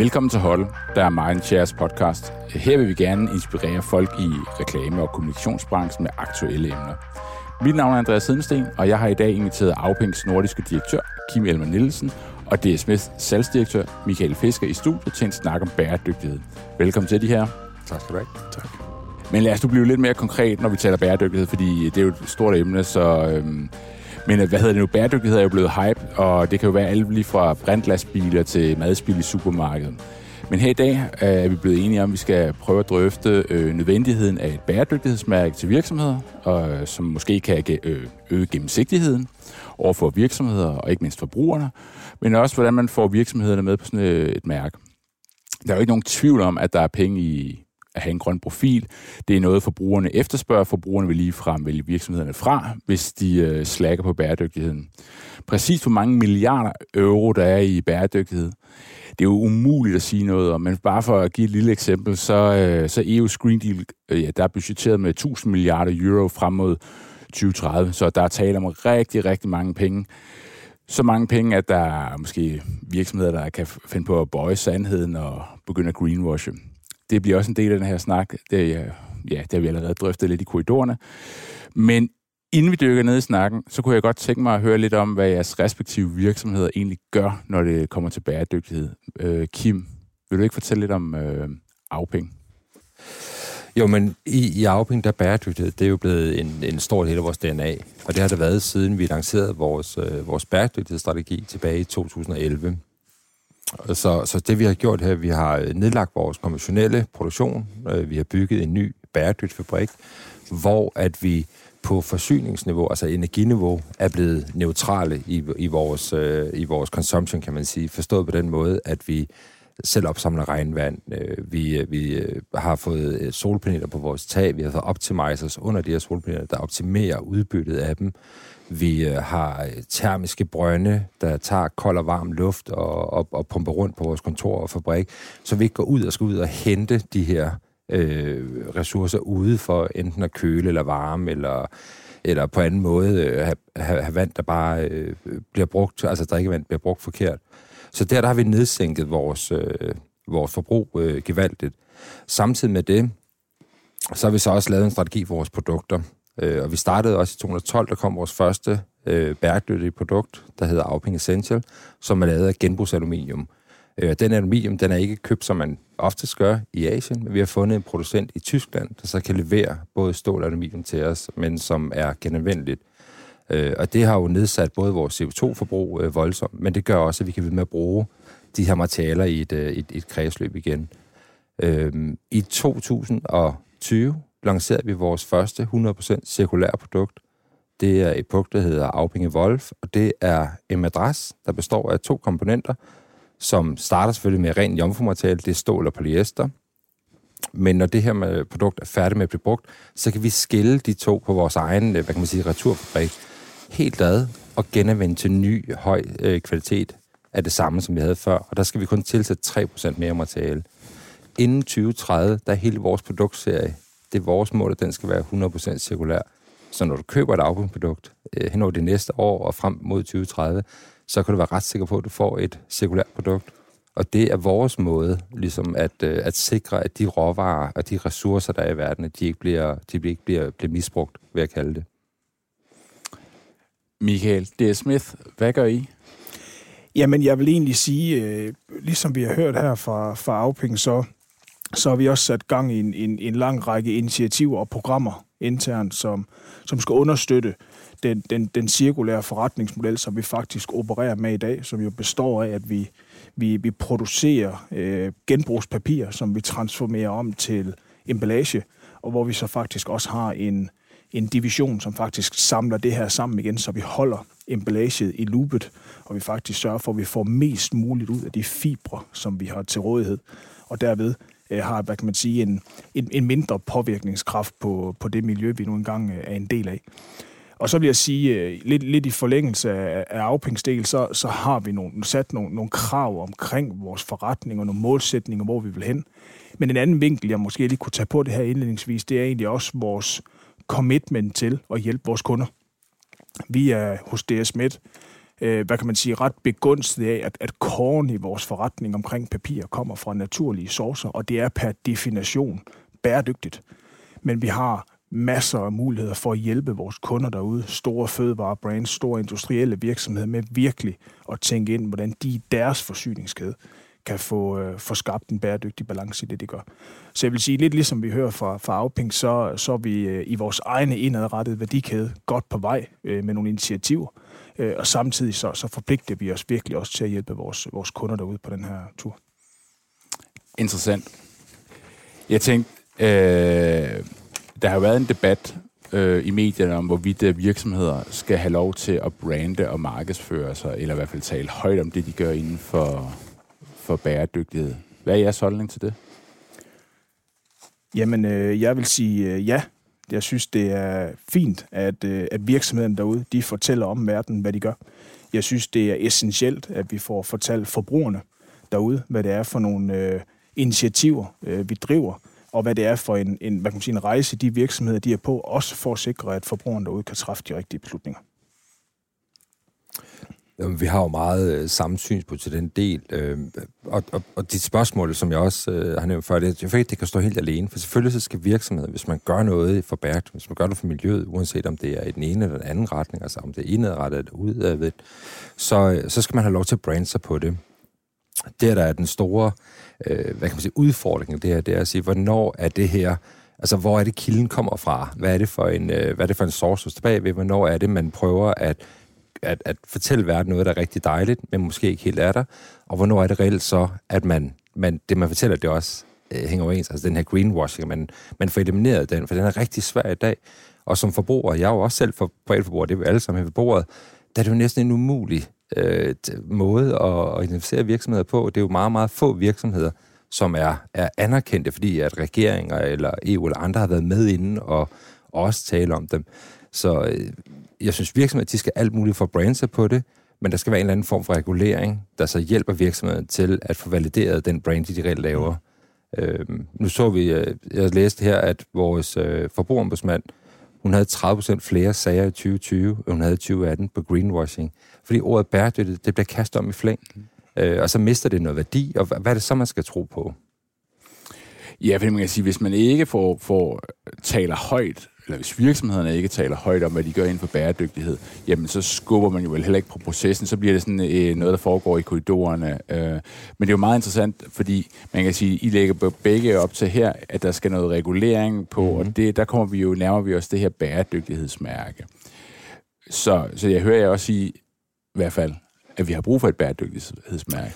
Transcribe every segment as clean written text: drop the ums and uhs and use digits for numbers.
Velkommen til Huddle, der er Mindshares podcast. Her vil vi gerne inspirere folk i reklame- og kommunikationsbranchen med aktuelle emner. Mit navn er Andreas Hedensten, og jeg har i dag inviteret Aupings nordiske direktør, Kim Elmer Nielsen, og DS Smith salgsdirektør, Michael Fisker, i studiet til en snak om bæredygtighed. Velkommen til de her. Tak skal du have. Tak. Men lad os nu blive lidt mere konkret, når vi taler bæredygtighed, fordi det er jo et stort emne, så... Men bæredygtighed er jo blevet hype, og det kan jo være alt lige fra brintlastbiler til madspil i supermarkedet. Men her i dag er vi blevet enige om, at vi skal prøve at drøfte nødvendigheden af et bæredygtighedsmærke til virksomheder, som måske kan øge gennemsigtigheden over for virksomheder og ikke mindst forbrugerne, men også hvordan man får virksomhederne med på sådan et mærke. Der er jo ikke nogen tvivl om, at der er penge i at have en grøn profil. Det er noget, forbrugerne efterspørger. Forbrugerne vil ligefrem vælge virksomhederne fra, hvis de slækker på bæredygtigheden. Præcis hvor mange milliarder euro, der er i bæredygtighed, det er jo umuligt at sige noget om. Men bare for at give et lille eksempel, så EU's Green Deal, der er budgetteret med 1000 milliarder euro frem mod 2030. Så der er tale om rigtig, rigtig mange penge. Så mange penge, at der er måske virksomheder, der kan finde på at bøje sandheden og begynde at greenwashe. Det bliver også en del af den her snak. Det har vi allerede drøftet lidt i korridorerne. Men inden vi dykker ned i snakken, så kunne jeg godt tænke mig at høre lidt om, hvad jeres respektive virksomheder egentlig gør, når det kommer til bæredygtighed. Kim, vil du ikke fortælle lidt om Auping? Jo, men i Auping, der bæredygtighed, det er jo blevet en stor del af vores DNA. Og det har det været, siden vi lancerede vores bæredygtighedsstrategi tilbage i 2011. Så det, vi har gjort her, vi har nedlagt vores konventionelle produktion. Vi har bygget en ny bæredygtig fabrik, hvor at vi på forsyningsniveau, altså energiniveau, er blevet neutrale i vores consumption, kan man sige. Forstået på den måde, at vi selv opsamler regnvand. Vi har fået solpaneler på vores tag. Vi har fået optimizers under de her solpaneler, der optimerer udbyttet af dem. Vi har termiske brønde, der tager kold og varm luft og pumper rundt på vores kontor og fabrik, så vi ikke går ud og skal ud og hente de her ressourcer ude for enten at køle eller varme, eller på anden måde have vand, der bare bliver brugt, altså drikkevand bliver brugt forkert. Så der har vi nedsænket vores forbrug gevaldigt. Samtidig med det, så har vi så også lavet en strategi for vores produkter. Og vi startede også i 2012, der kom vores første bæredygtige produkt, der hedder Auping Essential, som er lavet af genbrugsaluminium. Den aluminium, den er ikke købt, som man oftest gør i Asien, men vi har fundet en producent i Tyskland, der så kan levere både stål og aluminium til os, men som er genanvendeligt. Og det har jo nedsat både vores CO2-forbrug voldsomt, men det gør også, at vi kan blive med at bruge de her materialer i et kredsløb igen. I 2020 lancerede vi vores første 100% cirkulære produkt. Det er et produkt, der hedder Auping Evolve, og det er en madras, der består af 2 komponenter, som starter selvfølgelig med ren jomfrumateriale, det er stål og polyester. Men når det her produkt er færdigt med at blive brugt, så kan vi skille de 2 på vores egen, returfabrik helt ad og genanvende til ny, høj kvalitet af det samme, som vi havde før. Og der skal vi kun tilsætte 3% mere materiale. Inden 2030, der er hele vores produktserie, det er vores mål, at den skal være 100% cirkulær. Så når du køber et Auping-produkt hen over det næste år og frem mod 2030, så kan du være ret sikker på, at du får et cirkulært produkt. Og det er vores måde ligesom at sikre, at de råvarer og de ressourcer, der er i verden, de ikke bliver misbrugt, ved at kalde det. Michael, DS Smith, hvad gør I? Jamen, jeg vil egentlig sige, ligesom vi har hørt her fra Auping, så har vi også sat gang i en lang række initiativer og programmer internt, som skal understøtte den cirkulære forretningsmodel, som vi faktisk opererer med i dag, som jo består af, at vi producerer genbrugspapir, som vi transformerer om til emballage, og hvor vi så faktisk også har en division, som faktisk samler det her sammen igen, så vi holder emballaget i loopet, og vi faktisk sørger for, at vi får mest muligt ud af de fibre, som vi har til rådighed, og derved har, hvad kan man sige, en mindre påvirkningskraft på det miljø, vi nu engang er en del af. Og så vil jeg sige, lidt i forlængelse af Aupings del, så har vi sat nogle krav omkring vores forretning og nogle målsætninger, hvor vi vil hen. Men en anden vinkel, jeg måske lige kunne tage på det her indledningsvis, det er egentlig også vores commitment til at hjælpe vores kunder. Vi er hos DS Smith ret begunstiget af, at korn i vores forretning omkring papir kommer fra naturlige sourcer, og det er per definition bæredygtigt. Men vi har masser af muligheder for at hjælpe vores kunder derude, store fødevarebrands, store industrielle virksomheder, med virkelig at tænke ind, hvordan de i deres forsyningskæde kan få skabt en bæredygtig balance i det, de gør. Så jeg vil sige, lidt ligesom vi hører fra Auping, så er vi i vores egne indadrettede værdikæde godt på vej med nogle initiativer, og samtidig så forpligter vi os virkelig også til at hjælpe vores kunder derude på den her tur. Interessant. Jeg tænkte, der har været en debat i medierne om, hvorvidt virksomheder skal have lov til at brande og markedsføre sig, eller i hvert fald tale højt om det, de gør inden for bæredygtighed. Hvad er jeres holdning til det? Jamen, jeg vil sige ja. Jeg synes, det er fint, at virksomhederne derude, de fortæller om verden, hvad de gør. Jeg synes, det er essentielt, at vi får fortalt forbrugerne derude, hvad det er for nogle initiativer, vi driver, og hvad det er for en rejse, de virksomheder, de er på, også for at sikre, at forbrugerne derude kan træffe de rigtige beslutninger. Vi har jo meget samme synspunkt til den del, og dit spørgsmål, som jeg også har nævnt før, jeg føler ikke, det kan stå helt alene, for selvfølgelig så skal virksomheder, hvis man gør noget for bæredygtighed, hvis man gør noget for miljøet, uanset om det er i den ene eller den anden retning, altså om det er indadrettet eller udadvendt, så skal man have lov til at brande sig på det. Det der er den store udfordring, det er at sige, hvornår er det her, altså hvor er det kilden kommer fra, hvad er det for en source tilbage ved, hvornår er det, man prøver at fortælle verden noget, der er rigtig dejligt, men måske ikke helt er der, og hvornår er det reelt så, at det man fortæller, det også hænger overens, altså den her greenwashing, man får elimineret den, for den er rigtig svær i dag, og som forbruger, jeg er jo også selv privatforbruger, det er vi alle sammen her ved bordet, der er det jo næsten en umulig måde at identificere virksomheder på. Det er jo meget, meget få virksomheder, som er anerkendte, fordi at regeringer eller EU eller andre har været med inden og også tale om dem. Så jeg synes, virksomheder, de skal alt muligt for at brande sig på det, men der skal være en eller anden form for regulering, der så hjælper virksomheden til at få valideret den brand, de reelt laver. Nu så vi, jeg læste her, at vores forbrugerombudsmand, hun havde 30% flere sager i 2020, end hun havde i 2018 på greenwashing. Fordi ordet bæredygtigt, det bliver kastet om i flæng. Og så mister det noget værdi. Og hvad er det så, man skal tro på? Ja, fordi man kan sige, hvis man ikke taler højt, eller hvis virksomhederne ikke taler højt om, hvad de gør inden for bæredygtighed, jamen så skubber man jo vel heller ikke på processen, så bliver det sådan noget, der foregår i korridorerne. Men det er jo meget interessant, fordi man kan sige, I lægger begge op til her, at der skal noget regulering på, og der nærmer vi os det her bæredygtighedsmærke. Så jeg hører jer også i hvert fald, at vi har brug for et bæredygtighedsmærke.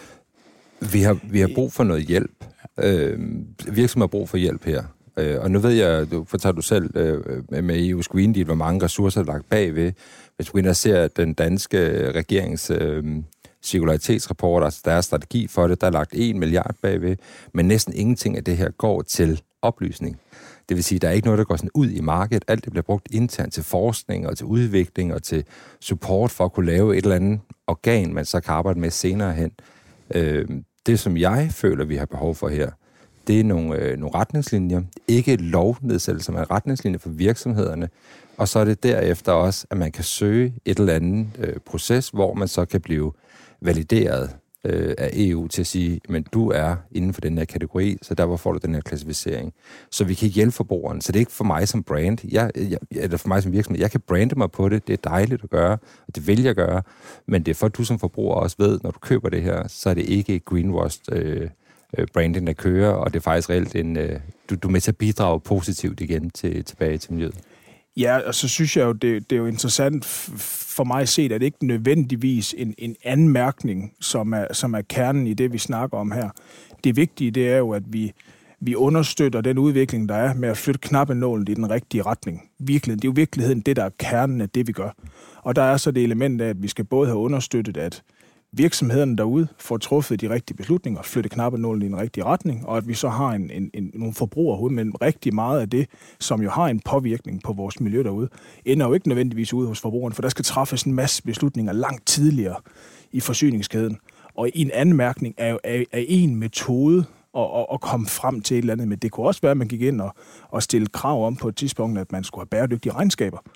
Vi har brug for noget hjælp. Virksomheder har brug for hjælp her. Og nu ved jeg, du fortæller du selv med EU's Green Deal, hvor mange ressourcer er lagt bagved. Hvis vi ser den danske regerings cirkularitetsrapport, altså deres strategi for det, der er lagt 1 milliard bagved, men næsten ingenting af det her går til oplysning. Det vil sige, at der er ikke noget, der går sådan ud i markedet. Alt det bliver brugt internt til forskning og til udvikling og til support for at kunne lave et eller andet organ, man så kan arbejde med senere hen. Det, som jeg føler, vi har behov for her, det er nogle retningslinjer, ikke lovnedsættelse, men retningslinjer for virksomhederne, og så er det derefter også, at man kan søge et eller andet proces, hvor man så kan blive valideret af EU til at sige, men du er inden for den her kategori, så derfor får du den her klassificering. Så vi kan hjælpe forbrugeren. Så det er ikke for mig som brand, eller for mig som virksomhed. Jeg kan brande mig på det, det er dejligt at gøre, og det vil jeg gøre, men det er for, at du som forbruger også ved, når du køber det her, så er det ikke greenwashed branding, der kører, og det er faktisk reelt du er med til at bidrage positivt igen tilbage til miljøet. Ja, og så synes jeg jo, det er jo interessant for mig at se, at det ikke nødvendigvis en anmærkning, som er kernen i det, vi snakker om her. Det vigtige, det er jo, at vi understøtter den udvikling, der er med at flytte knappenålen i den rigtige retning. Det er jo virkeligheden det, der er kernen af det, vi gør. Og der er så det element af, at vi skal både have understøttet, at virksomhederne derude får truffet de rigtige beslutninger, flytte knappenålen i den rigtige retning, og at vi så har nogle forbrugere, men rigtig meget af det, som jo har en påvirkning på vores miljø derude, ender jo ikke nødvendigvis ude hos forbrugeren, for der skal træffes en masse beslutninger langt tidligere i forsyningskæden. Og en anmærkning er en metode at komme frem til et eller andet, men det kunne også være, at man gik ind og stille krav om på et tidspunkt, at man skulle have bæredygtige regnskaber.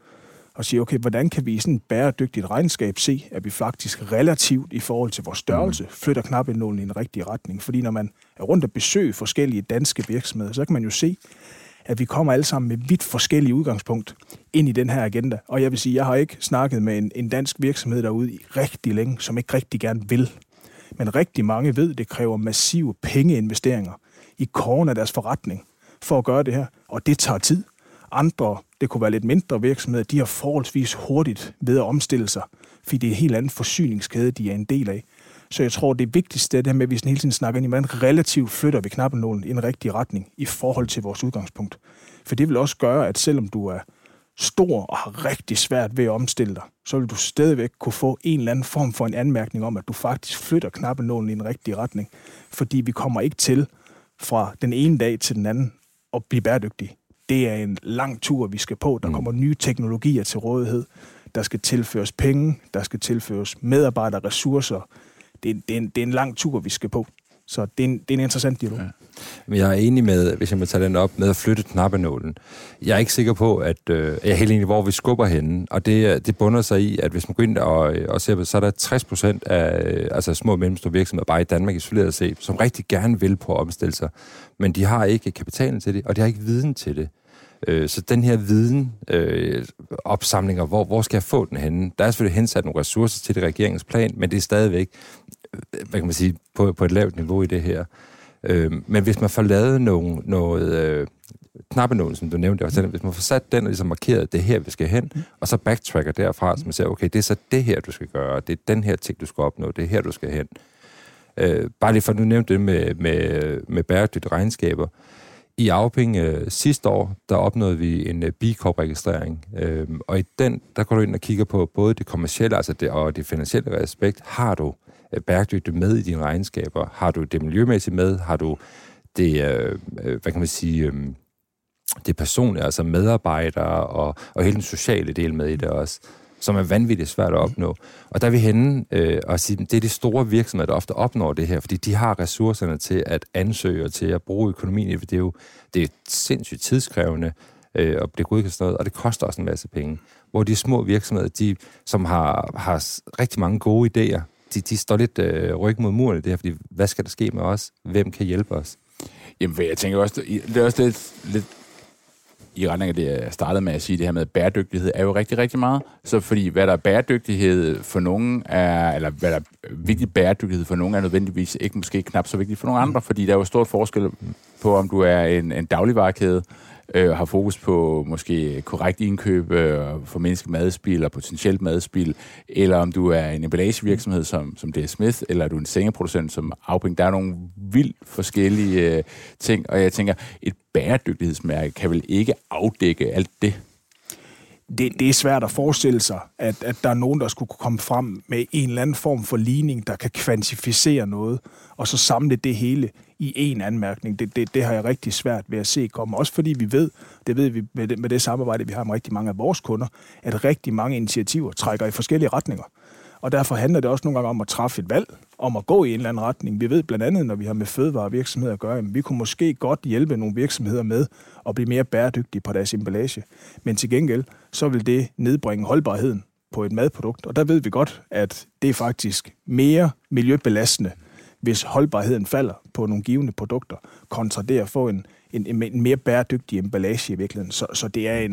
og sige, okay, hvordan kan vi i sådan et bæredygtigt regnskab se, at vi faktisk relativt i forhold til vores størrelse flytter knappenålen i en rigtig retning? Fordi når man er rundt og besøger forskellige danske virksomheder, så kan man jo se, at vi kommer alle sammen med vidt forskellige udgangspunkt ind i den her agenda. Og jeg vil sige, jeg har ikke snakket med en dansk virksomhed derude i rigtig længe, som ikke rigtig gerne vil. Men rigtig mange ved, at det kræver massive pengeinvesteringer i koren af deres forretning for at gøre det her. Og det tager tid. Andre, det kunne være lidt mindre virksomheder, de har forholdsvis hurtigt ved at omstille sig, fordi det er en helt anden forsyningskæde, de er en del af. Så jeg tror, det vigtigste er det her med, at vi hele tiden snakker ind i, hvordan relativt flytter vi knappenålen i en rigtig retning i forhold til vores udgangspunkt. For det vil også gøre, at selvom du er stor og har rigtig svært ved at omstille dig, så vil du stadigvæk kunne få en eller anden form for en anmærkning om, at du faktisk flytter knappenålen i en rigtig retning. Fordi vi kommer ikke til fra den ene dag til den anden at blive bæredygtige. Det er en lang tur, vi skal på. Der kommer nye teknologier til rådighed. Der skal tilføres penge. Der skal tilføres medarbejderressourcer. Det er en lang tur, vi skal på. Så det er en interessant dialog. Ja. Men jeg er enig med, hvis jeg må tage den op, med at flytte knappenålen. Jeg er ikke sikker på, at jeg er helt enig, hvor vi skubber henne. Og det bunder sig i, at hvis man går ind og ser på, så er der 60% af altså små og mellemstore virksomheder, bare i Danmark isoleret set, som rigtig gerne vil på at omstille sig. Men de har ikke kapitalen til det, og de har ikke viden til det. Så den her viden, opsamlinger, hvor skal jeg få den henne? Der er selvfølgelig hensat nogle ressourcer til det regeringsplan, men det er stadigvæk, hvad kan man sige, på et lavt niveau i det her. Men hvis man får lavet noget knappenålen, som du nævnte, hvis man får sat den og ligesom markeret, det er her, vi skal hen, og så backtracker derfra, så man siger, okay, det er så det her, du skal gøre, det er den her ting, du skal opnå, det er her, du skal hen. Bare lige for, nu nævnte det med bæredygtige regnskaber. I Auping sidste år, der opnåede vi en B Corp-registrering, og i den, der går du ind og kigger på både det kommercielle og det finansielle aspekt. Har du bæredygtigt med i dine regnskaber? Har du det miljømæssigt med? Har du det, hvad kan man sige, det personlige, altså medarbejdere og hele den sociale del med i det også, som er vanvittigt svært at opnå. Og der er vi henne og sige, det er de store virksomheder, der ofte opnår det her, fordi de har ressourcerne til at ansøge og til at bruge økonomien i det. Det er sindssygt tidskrævende at blive godkendt sådan noget, og det koster også en masse penge. Hvor de små virksomheder, som har rigtig mange gode idéer, de står lidt ryg mod muren i det her, fordi hvad skal der ske med os? Hvem kan hjælpe os? Jamen, jeg tænker også, det er også lidt i retning af det, jeg startede med at sige, det her med bæredygtighed, er jo rigtig, rigtig meget. Så fordi, hvad der er bæredygtighed for nogen er, eller hvad der er vigtig bæredygtighed for nogen, er nødvendigvis ikke måske knap så vigtigt for nogle andre, fordi der er jo stort forskel på, om du er en dagligvarekæde, har fokus på måske korrekt indkøb for menneske madspil og potentielt madspil, eller om du er en emballagevirksomhed som D. Smith, eller du er en sengeproducent som Auping. Der er nogle vildt forskellige ting, og jeg tænker, et bæredygtighedsmærke kan vel ikke afdække alt det? Det er svært at forestille sig, at der er nogen, der skulle komme frem med en eller anden form for ligning, der kan kvantificere noget, og så samle det hele i en anmærkning. Det har jeg rigtig svært ved at se komme. Også fordi vi ved vi med det samarbejde, vi har med rigtig mange af vores kunder, at rigtig mange initiativer trækker i forskellige retninger. Og derfor handler det også nogle gange om at træffe et valg, om at gå i en eller anden retning. Vi ved blandt andet, når vi har med fødevarevirksomheder at gøre, at vi kunne måske godt hjælpe nogle virksomheder med at blive mere bæredygtige på deres emballage. Men til gengæld, så vil det nedbringe holdbarheden på et madprodukt. Og der ved vi godt, at det er faktisk mere miljøbelastende, hvis holdbarheden falder på nogle givende produkter, kontra det at få en mere bæredygtig emballage i virkeligheden. Så det er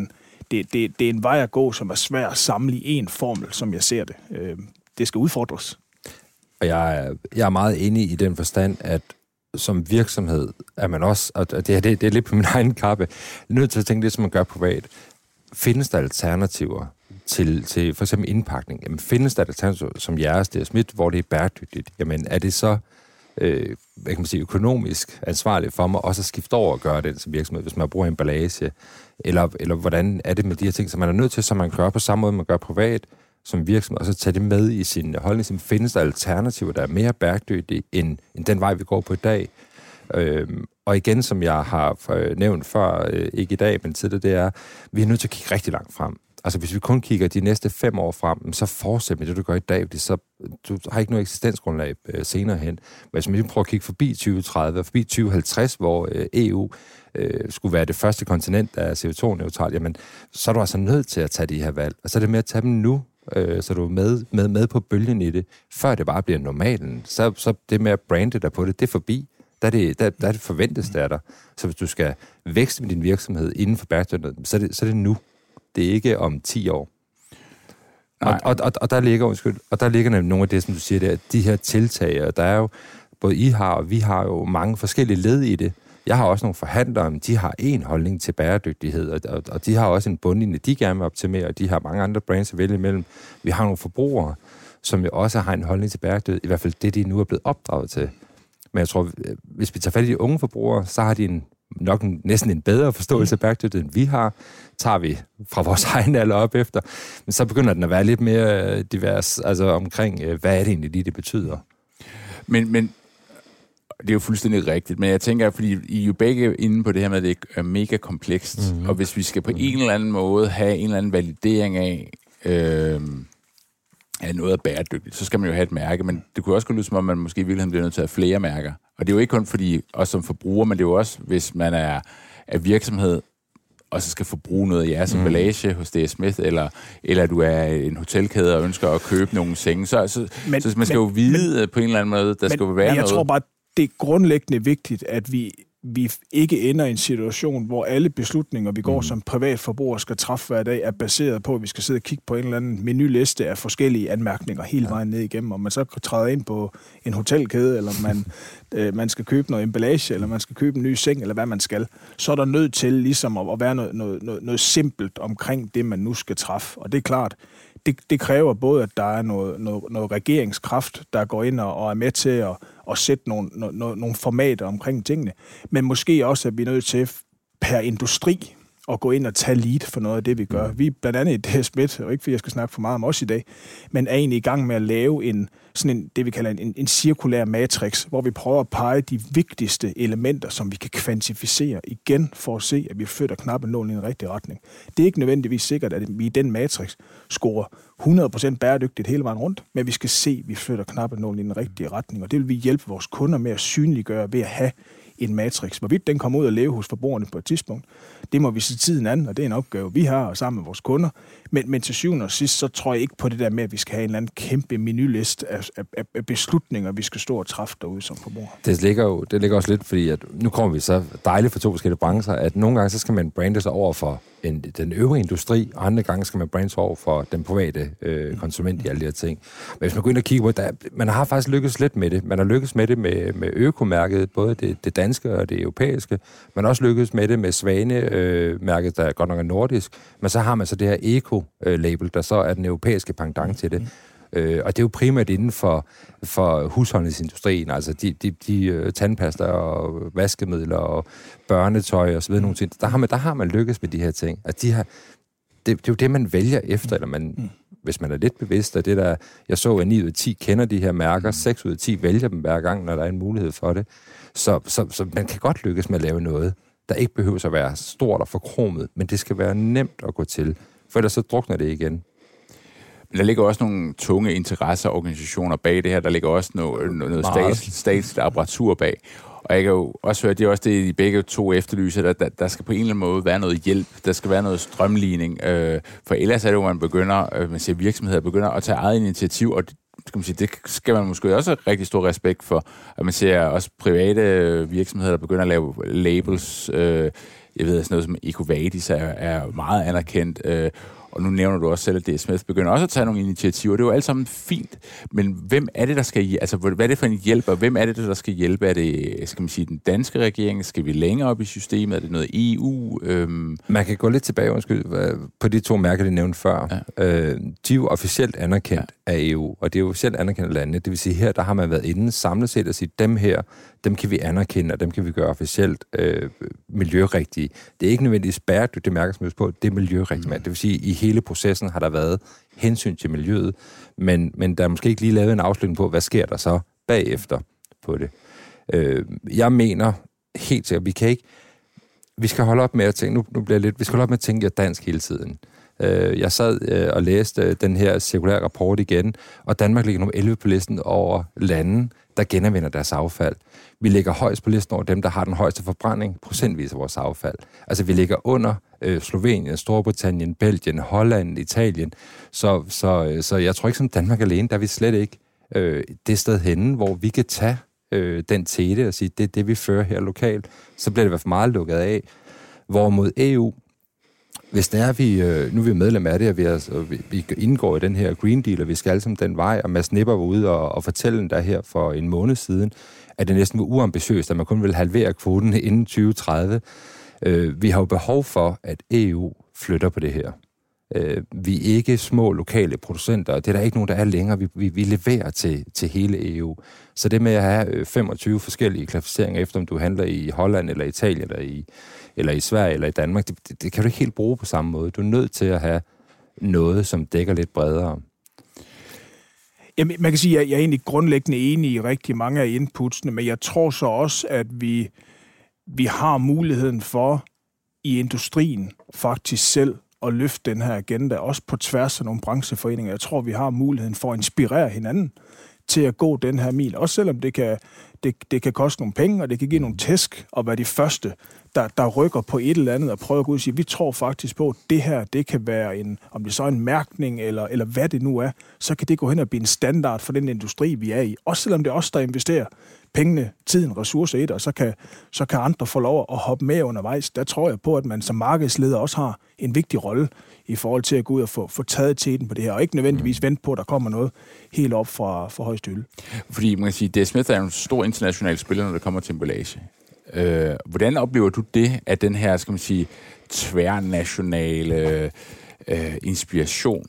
en vej at gå, som er svær at samle i en formel, som jeg ser det. Det skal udfordres. Og jeg er meget enig i den forstand, at som virksomhed er man også, og det er lidt på min egen kappe, nødt til at tænke det, som man gør privat. Findes der alternativer til for eksempel indpakning? Jamen, findes der alternativer som jeres, D. Smith, hvor det er bæredygtigt? Jamen, er det så hvad kan man sige, økonomisk ansvarligt for mig også at skifte over og gøre det som virksomhed, hvis man bruger emballage? Eller hvordan er det med de her ting, som man er nødt til, som man gør på samme måde, man gør privat som virksomhed, og så tage det med i sin holdning, som findes der alternativer, der er mere bæredygtige end den vej, vi går på i dag. Og igen, som jeg har nævnt før, ikke i dag, men tidligere, det er, vi er nødt til at kigge rigtig langt frem. Altså, hvis vi kun kigger de næste 5 år frem, så fortsæt med det, du gør i dag, fordi så du har ikke noget eksistensgrundlag senere hen. Men hvis man prøver at kigge forbi 2030 og forbi 2050, hvor EU skulle være det første kontinent, der er CO2-neutral, jamen, så er du altså nødt til at tage de her valg. Og så er det med at tage dem nu, så du er med på bølgen i det, før det bare bliver normalen. Så det med at brande dig på det, det er forbi. Der er det forventes, der er der. Så hvis du skal vækste med din virksomhed inden for bæredygtighed, så er det nu. Det er ikke om 10 år. Og der ligger nemlig nogle af det, som du siger der, de her tiltag, og der er jo, både I har og vi har jo mange forskellige led i det. Jeg har også nogle forhandlere, de har en holdning til bæredygtighed, og de har også en bundlinje, de gerne vil optimere, og de har mange andre brands at vælge imellem. Vi har nogle forbrugere, som jo også har en holdning til bæredygtighed, i hvert fald det, de nu er blevet opdraget til. Men jeg tror, hvis vi tager fat i de unge forbrugere, så har de næsten en bedre forståelse af bæredygtighed, end vi har. Tager vi fra vores egen alder op efter. Men så begynder den at være lidt mere divers, altså omkring, hvad er det egentlig lige, det betyder. Men det er jo fuldstændig rigtigt, men jeg tænker, fordi I er jo begge inde på det her med, at det er mega komplekst, og hvis vi skal på en eller anden måde have en eller anden validering af noget af bæredygtigt, så skal man jo have et mærke, men det kunne også gå ud som om, man måske i virkeligheden bliver nødt til at have flere mærker. Og det er jo ikke kun fordi, os som forbruger, men det er jo også, hvis man er virksomhed, og så skal forbruge noget af jeres emballage hos D. Smith, eller du er en hotelkæde og ønsker at købe nogle senge, så man skal jo vide på en eller anden måde, der skal jo være noget. Jeg tror bare, det er grundlæggende vigtigt, at vi ikke ender i en situation, hvor alle beslutninger, vi går som privatforbrugere skal træffe hver dag, er baseret på, at vi skal sidde og kigge på en eller anden menuliste af forskellige anmærkninger hele vejen ned igennem, om man så træder ind på en hotelkæde, eller man skal købe noget emballage, eller man skal købe en ny seng, eller hvad man skal, så er der nødt til ligesom at være noget simpelt omkring det, man nu skal træffe. Og det er klart, det kræver både, at der er noget regeringskraft, der går ind og er med til at sætte nogle formater omkring tingene, men måske også, at vi er nødt til per industri at gå ind og tage lead for noget af det, vi gør. Vi blandt andet i D. Smith, og ikke fordi jeg skal snakke for meget om os i dag, men er egentlig i gang med at lave det vi kalder en cirkulær matrix, hvor vi prøver at pege de vigtigste elementer, som vi kan kvantificere igen, for at se, at vi flytter knappenålen i en rigtig retning. Det er ikke nødvendigvis sikkert, at vi i den matrix scorer 100% bæredygtigt hele vejen rundt, men vi skal se, at vi flytter knappenålen i den rigtige retning, og det vil vi hjælpe vores kunder med at synliggøre ved at have en matrix. Hvorvidt den kommer ud og leve hos forbrugerne på et tidspunkt, det må vi se tiden an, og det er en opgave, vi har sammen med vores kunder. Men til syvende og sidst, så tror jeg ikke på det der med, at vi skal have en eller anden kæmpe menuliste af beslutninger, vi skal stå og træffe derude som forbrugere. Det ligger også lidt, fordi at nu kommer vi så dejligt fra 2 forskellige brancher, at nogle gange så skal man brande sig over for den øvrige industri, og andre gange skal man brande sig over for den private konsument i alle de her ting. Men hvis man går ind og kigger på, man har faktisk lykkes lidt med det. Man har lykkes med det med økomærket, både det danske og det europæiske. Man har også lykkes med det med Svane-mærket, der godt nok er nordisk. Men så har man så det her eco-label, der så er den europæiske pendant til det. Og det er jo primært inden for husholdningsindustrien, altså de tandpasta og vaskemidler og børnetøj og så videre nogle ting. Der har man lykkes med de her ting. At det er jo det, man vælger efter, eller hvis man er lidt bevidst af det der, jeg så, at 9 ud af 10 kender de her mærker, 6 ud af 10 vælger dem hver gang, når der er en mulighed for det. Så man kan godt lykkes med at lave noget, der ikke behøver at være stort og forkromet, men det skal være nemt at gå til, for ellers så drukner det igen. Der ligger også nogle tunge interesseorganisationer bag det her. Der ligger også noget statsligt apparatur bag. Og jeg kan jo også høre, det er også det, de begge to efterlyser, der skal på en eller anden måde være noget hjælp. Der skal være noget strømligning. For ellers er det jo, man ser virksomheder begynder at tage eget initiativ, og det skal man måske også have rigtig stor respekt for. At man ser også private virksomheder, der begynder at lave labels. Jeg ved, sådan noget som EcoVadis er meget anerkendt. Og nu nævner du også selv, at D. Smith begynder også at tage nogle initiativer. Det er jo alt sammen fint, men hvem er det, der skal... Altså, hvad er det for en hjælp, og hvem er det, der skal hjælpe? Er det, skal man sige, den danske regering? Skal vi længere op i systemet? Er det noget EU? Man kan gå lidt tilbage, på de 2 mærker, de nævnte før. Ja. De er jo officielt anerkendt af EU, og det er jo officielt anerkendt af landene. Det vil sige, her der har man været inde samlet set og sige, dem kan vi anerkende, og dem kan vi gøre officielt miljørigtige. Det er ikke nødvendigvis bæredygtigt, det mærker, som jeg på, det er miljørigtigt. Det vil sige, i hele processen har der været hensyn til miljøet, men der er måske ikke lige lavet en afslutning på, hvad sker der så bagefter på det. Jeg mener helt sikkert, vi skal holde op med at tænke, vi skal holde op med at tænke dansk hele tiden. Jeg sad og læste den her cirkulære rapport igen, og Danmark ligger nummer 11 på listen over lande, der genanvender deres affald. Vi ligger højst på listen over dem, der har den højeste forbrænding procentvis af vores affald. Altså, vi ligger under Slovenien, Storbritannien, Belgien, Holland, Italien. Så jeg tror ikke, som Danmark alene, der er vi slet ikke det sted henne, hvor vi kan tage den tete og sige, det er det, vi fører her lokalt. Så bliver det i hvert fald meget lukket af. Hvorimod EU, hvis det er, nu er vi medlem af det, og vi indgår i den her Green Deal, og vi skal alle sammen den vej, og Mads Nipper var ude og fortælle den der her for en måned siden, at det næsten var uambitiøst, at man kun ville halvere kvoten inden 2030. Vi har jo behov for, at EU flytter på det her. Vi er ikke små lokale producenter, og det er der ikke nogen, der er længere. Vi leverer til hele EU. Så det med at have 25 forskellige klassificeringer, efter om du handler i Holland, eller Italien, eller i Sverige, eller i Danmark, det kan du ikke helt bruge på samme måde. Du er nødt til at have noget, som dækker lidt bredere. Jamen, man kan sige, at jeg er egentlig grundlæggende enig i rigtig mange af inputsene, men jeg tror så også, at vi har muligheden for i industrien faktisk selv at løfte den her agenda, også på tværs af nogle brancheforeninger. Jeg tror, vi har muligheden for at inspirere hinanden til at gå den her mil, også selvom det kan koste nogle penge, og det kan give nogle tæsk at være de første, der rykker på et eller andet og prøver at gå ud og sige, vi tror faktisk på, at det her, det kan være om det så er en mærkning, eller hvad det nu er, så kan det gå hen og blive en standard for den industri, vi er i. Også selvom det er os, der investerer pengene, tiden, ressourcer i det, og så kan andre få lov at hoppe med undervejs. Der tror jeg på, at man som markedsleder også har en vigtig rolle i forhold til at gå ud og få taget teten på det her, og ikke nødvendigvis vente på, at der kommer noget helt op fra højeste hylde. Fordi man kan sige, at Smith er en stor international spiller, når det kommer til emballage. Hvordan oplever du det, at den her, skal man sige, tværnationale inspiration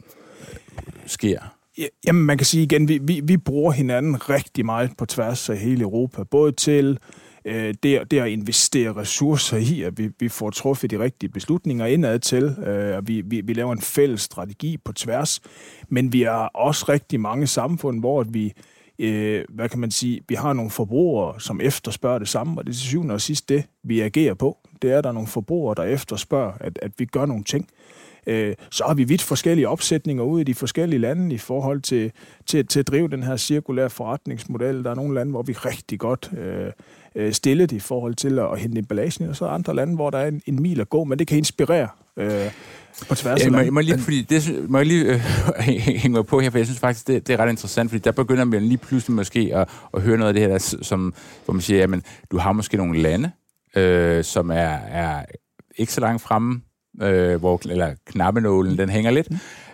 sker? Jamen, man kan sige igen, vi bruger hinanden rigtig meget på tværs af hele Europa, både til det at investere ressourcer i, at vi får truffet de rigtige beslutninger indad til, at vi laver en fælles strategi på tværs, men vi har også rigtig mange samfund, hvor vi hvad kan man sige, vi har nogle forbrugere, som efterspørger det samme, og det er til syvende og sidst det, vi agerer på. Det er, at der er nogle forbrugere, der efterspørger, at vi gør nogle ting. Så har vi vidt forskellige opsætninger ude i de forskellige lande i forhold til at drive den her cirkulære forretningsmodel. Der er nogle lande, hvor vi rigtig godt stillet i forhold til at hente emballagen, og så er andre lande, hvor der er en mil at gå, men det kan inspirere på tværs af landet. Må jeg lige hænge mig på her, for jeg synes faktisk, det er ret interessant, fordi der begynder man lige pludselig måske at høre noget af det her, hvor man siger, jamen, du har måske nogle lande, som er ikke så langt fremme, eller knappenålen, den hænger lidt,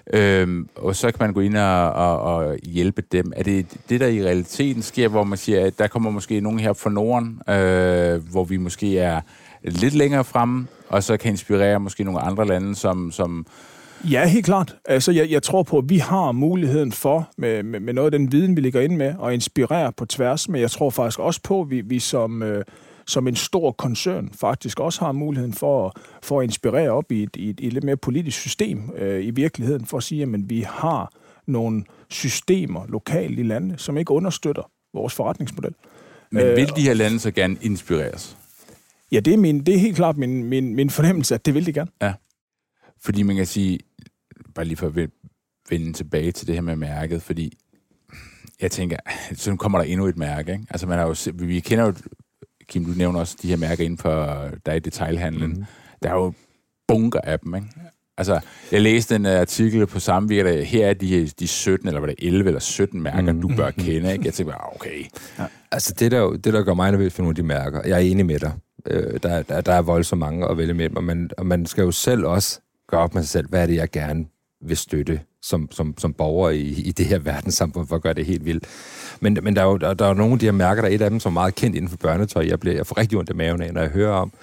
og så kan man gå ind og hjælpe dem. Er det det, der i realiteten sker, hvor man siger, at der kommer måske nogen her fra Norden, hvor vi måske er lidt længere fremme, og så kan inspirere måske nogle andre lande, som Ja, helt klart. Altså, jeg tror på, at vi har muligheden for, med noget af den viden, vi ligger inde med, at inspirere på tværs, men jeg tror faktisk også på, at vi som en stor koncern faktisk også har muligheden for at inspirere op i et lidt mere politisk system i virkeligheden, for at sige, at vi har nogle systemer lokalt i landet, som ikke understøtter vores forretningsmodel. Men vil de her lande så gerne inspireres? Ja, det er helt klart min fornemmelse, at det vil de gerne. Ja, fordi man kan sige, bare lige for at vende tilbage til det her med mærket, fordi jeg tænker, så kommer der endnu et mærke, ikke? Altså man har jo, vi kender jo, Kim, du nævner også de her mærker inden for, der er i detailhandlen. Mm. Der er jo bunker af dem, ikke? Altså, jeg læste en artikel på Samvirke, der her er de 17, eller var det 11 eller 17 mærker, du bør kende, ikke? Jeg tænker, okay. Ja. Altså, det der gør mig nervøs for nogle af de mærker, jeg er enig med dig. Der er voldsomt mange at vælge med, og man skal jo selv også gøre op med sig selv, hvad er det, jeg gerne vil støtte som borger i det her verdenssamfund, for at gøre det helt vildt. Men der er jo nogle af de her mærker, der er et af dem, som er meget kendt inden for børnetøj. Jeg får rigtig ondt i maven af, når jeg hører om,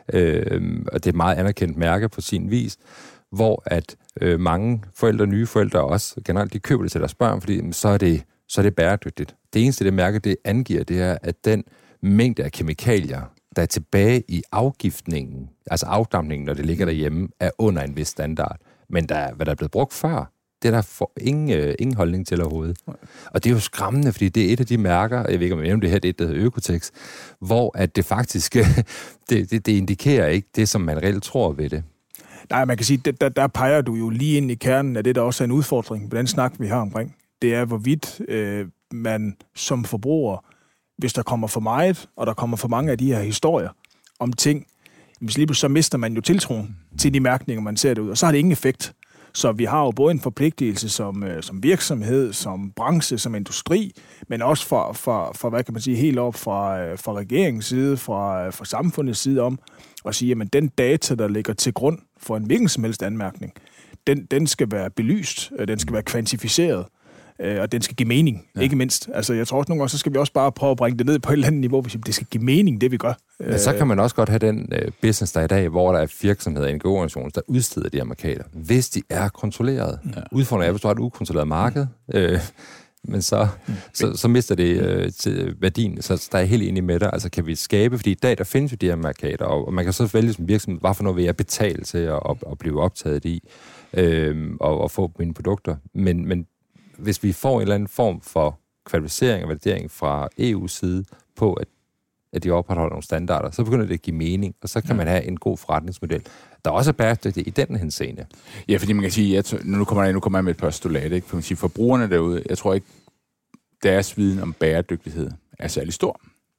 og det er et meget anerkendt mærke på sin vis, hvor at mange forældre, nye forældre også generelt, de køber det til deres børn, fordi så er det bæredygtigt. Det eneste, det mærke, det angiver, det er, at den mængde af kemikalier, der er tilbage i afgiftningen, altså afdampningen, når det ligger derhjemme, er under en vis standard. Men hvad der er blevet brugt før, det er der ingen holdning til overhovedet. Og det er jo skræmmende, fordi det er et af de mærker, jeg ved ikke, om jeg nævner det her, det er et, der hedder Økotex, hvor at det faktisk, det indikerer ikke det, som man reelt tror ved det. Nej, man kan sige, der peger du jo lige ind i kernen af det, der også er en udfordring på den snak, vi har omkring. Det er, hvorvidt man som forbruger, hvis der kommer for meget, og der kommer for mange af de her historier om ting, så mister man jo tiltroen til de mærkninger, man ser derude, og så har det ingen effekt. Så vi har jo både en forpligtelse som virksomhed, som branche, som industri, men også fra hvad kan man sige, helt op fra regeringens side, fra samfundets side om at sige, at den data, der ligger til grund for en hvilken som helst anmærkning, den skal være belyst, den skal være kvantificeret, og den skal give mening, ikke mindst. Altså, jeg tror også nogle gange, så skal vi også bare prøve at bringe det ned på et eller andet niveau, hvis det skal give mening, det vi gør. Men så kan man også godt have den business, der i dag, hvor der er virksomheder og NGO-organisationer, der udsteder de her markader, hvis de er kontrolleret. Ja. Udfordringen er, hvis du har et ukontrolleret marked, men så mister det til værdien. Så der er helt enig med dig. Altså, kan vi skabe, fordi i dag, der findes jo de her markader, og man kan så vælge som virksomhed, hvad for noget vil jeg betale til at blive optaget i, og få mine produkter. Men hvis vi får en eller anden form for kvalificering og validering fra EU's side på, at de opretholder nogle standarder, så begynder det at give mening, og så kan man have en god forretningsmodel, der også er bæredygtig i den henseende. Ja, fordi man kan sige, nu kommer jeg med et postulat, ikke? For man siger, forbrugerne derude, jeg tror ikke, deres viden om bæredygtighed er særlig stor.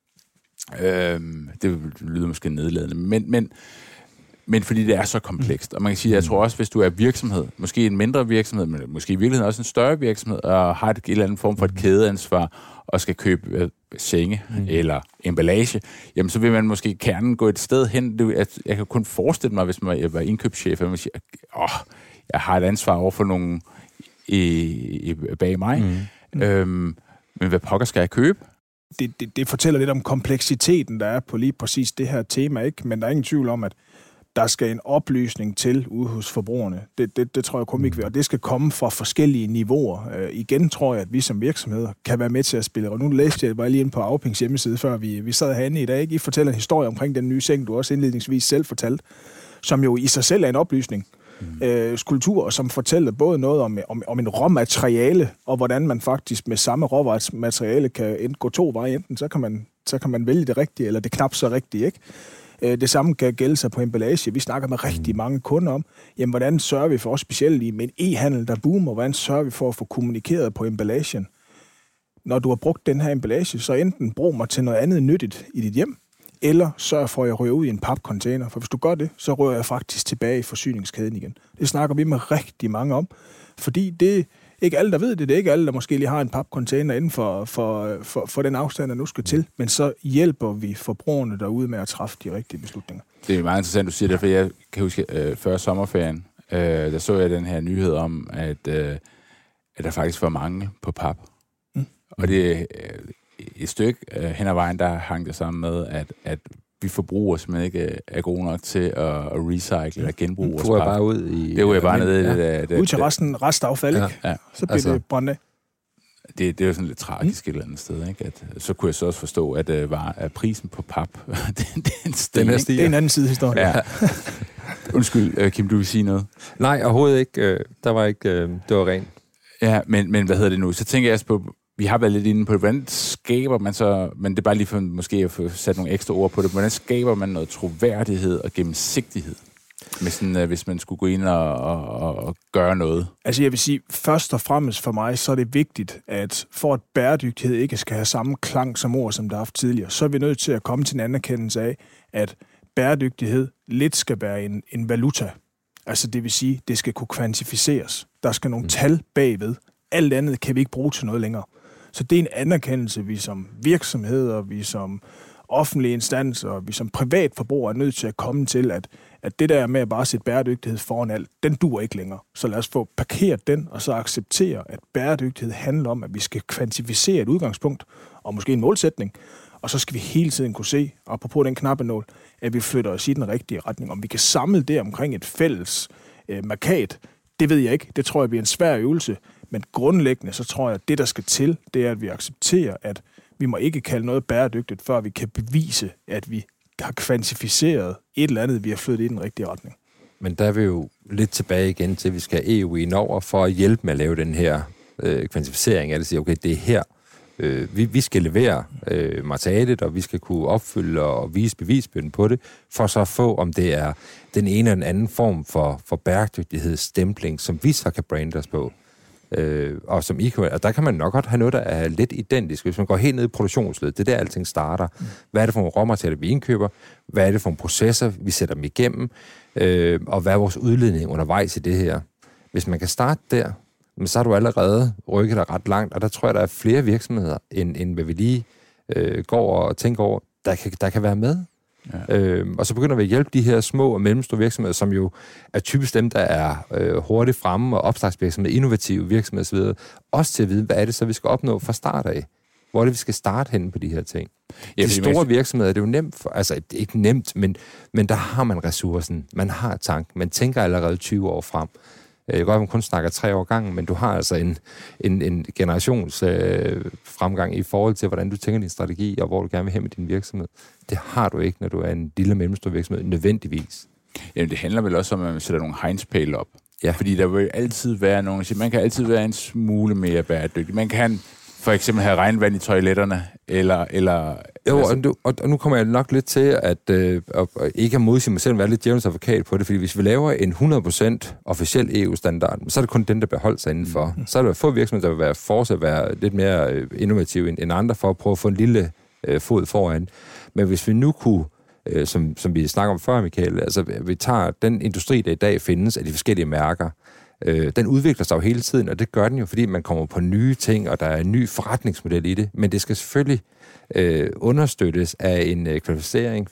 Det lyder måske nedladende, men fordi det er så komplekst. Og man kan sige, jeg tror også, hvis du er virksomhed, måske en mindre virksomhed, men måske i virkeligheden også en større virksomhed, og har et eller andet form for et kædeansvar, og skal købe senge eller emballage, jamen så vil man måske kernen gå et sted hen. Jeg kan kun forestille mig, hvis jeg var indkøbschef, at man siger, jeg har et ansvar over for nogen bag mig. Men hvad pokker skal jeg købe? Det fortæller lidt om kompleksiteten, der er på lige præcis det her tema, ikke? Men der er ingen tvivl om, at der skal en oplysning til ude hos forbrugerne. Det tror jeg kun ikke ved, og det skal komme fra forskellige niveauer. Igen tror jeg, at vi som virksomheder kan være med til at spille. Og nu læste jeg bare lige ind på Aupings hjemmeside, før vi sad herinde i dag. Ikke? I fortæller en historie omkring den nye seng, du også indledningsvis selv fortalte, som jo i sig selv er en oplysning. Skulptur, som fortæller både noget om en råmateriale, og hvordan man faktisk med samme råmateriale kan gå to veje. Enten så kan man vælge det rigtige, eller det knap så rigtige, ikke? Det samme kan gælde sig på emballage. Vi snakker med rigtig mange kunder om, jamen, hvordan sørger vi for os specielt med en e-handel, der boomer, hvordan sørger vi for at få kommunikeret på emballagen? Når du har brugt den her emballage, så enten brug mig til noget andet nyttigt i dit hjem, eller sørg for, at jeg ryger ud i en papcontainer. For hvis du gør det, så rører jeg faktisk tilbage i forsyningskæden igen. Det snakker vi med rigtig mange om, fordi det ikke alle, der ved det. Det er ikke alle, der måske lige har en papcontainer inden for den afstand, der nu skal til. Men så hjælper vi forbrugerne derude med at træffe de rigtige beslutninger. Det er meget interessant, du siger det, for jeg kan huske, før sommerferien, der så jeg den her nyhed om, at der faktisk var mange på pap. Og det er et stykke hen ad vejen, der hang det sammen med, at vi forbrugere simpelthen ikke er gode nok til at recycle eller genbruge vores pap. Det bare ud i... Det var jeg bare nede... Ud til restaffald, ikke? Ja. Så bliver det brændt af. Det er jo sådan lidt tragisk et eller andet sted, ikke? Så kunne jeg så også forstå, at prisen på pap, den stiger. Det er en anden side historie. Ja. Undskyld, Kim, du vil sige noget? Nej, overhovedet ikke. Der var ikke... det var rent. Ja, men hvad hedder det nu? Så tænker jeg også på... Vi har været lidt inde på det. Hvordan skaber man så... Men det er bare lige for måske at få sat nogle ekstra ord på det. Hvordan skaber man noget troværdighed og gennemsigtighed? Med sådan, hvis man skulle gå ind og gøre noget. Altså jeg vil sige, først og fremmest for mig, så er det vigtigt, at for at bæredygtighed ikke skal have samme klang som ord, som der har haft tidligere, så er vi nødt til at komme til en anerkendelse af, at bæredygtighed lidt skal være en valuta. Altså det vil sige, det skal kunne kvantificeres. Der skal nogle tal bagved. Alt andet kan vi ikke bruge til noget længere. Så det er en anerkendelse, vi som virksomheder, vi som offentlige instanser, vi som privatforbrugere er nødt til at komme til, at det der med at bare sætte bæredygtighed foran alt, den duer ikke længere. Så lad os få parkeret den, og så acceptere, at bæredygtighed handler om, at vi skal kvantificere et udgangspunkt, og måske en målsætning, og så skal vi hele tiden kunne se, apropos den knappenål, at vi flytter os i den rigtige retning. Om vi kan samle det omkring et fælles markat, det ved jeg ikke. Det tror jeg bliver en svær øvelse. Men grundlæggende, så tror jeg, at det, der skal til, det er, at vi accepterer, at vi må ikke kalde noget bæredygtigt, før vi kan bevise, at vi har kvantificeret et eller andet, vi har flyttet i den rigtige retning. Men der er vi jo lidt tilbage igen til, at vi skal have EU ind over for at hjælpe med at lave den her kvantificering. Altså sige, okay, det er her, vi skal levere materialet, og vi skal kunne opfylde og vise bevisbyrden på det, for så at få, om det er den ene eller den anden form for bæredygtighedsstempling, som vi så kan brande os på. Og som og der kan man nok godt have noget, der er lidt identisk. Hvis man går helt ned i produktionsledet, det er der, alting starter. Hvad er det for nogle råmaterialer, vi indkøber? Hvad er det for nogle processer, vi sætter dem igennem? Og hvad er vores udledning undervejs i det her? Hvis man kan starte der, men så har du allerede rykket dig ret langt, og der tror jeg, der er flere virksomheder, end hvad vi lige går og tænker over, der kan være med. Ja. Og så begynder vi at hjælpe de her små og mellemstore virksomheder, som jo er typisk dem, der er hurtigt fremme, og opstartsvirksomheder, innovative virksomheder osv., også til at vide, hvad er det så, vi skal opnå fra start af? Hvor er det, vi skal starte hen på de her ting? Ja, de store virksomheder, det er jo nemt, altså ikke nemt, men der har man ressourcen, man har tanken, man tænker allerede 20 år frem. Jeg kan godt, man kun snakker 3 år gangen, men du har altså en generations fremgang i forhold til, hvordan du tænker din strategi, og hvor du gerne vil hen med din virksomhed. Det har du ikke, når du er en lille mellemstor virksomhed, nødvendigvis. Jamen, det handler vel også om, at man sætter nogle hegnspæle op. Ja. Fordi der vil altid være nogle... Man kan altid være en smule mere bæredygtig. Man kan for eksempel have regnvand i toiletterne, eller jo, og nu kommer jeg nok lidt til at ikke at modsige mig selv, at være lidt djævelens advokat på det, fordi hvis vi laver en 100% officiel EU-standard, så er det kun den, der beholder sig indenfor. Så er der få virksomheder, der vil fortsat være lidt mere innovative end andre, for at prøve at få en lille fod foran. Men hvis vi nu kunne, som vi snakker om før, Michael, altså vi tager den industri, der i dag findes af de forskellige mærker, den udvikler sig jo hele tiden, og det gør den jo, fordi man kommer på nye ting, og der er en ny forretningsmodel i det, men det skal selvfølgelig understøttes af en kvalificering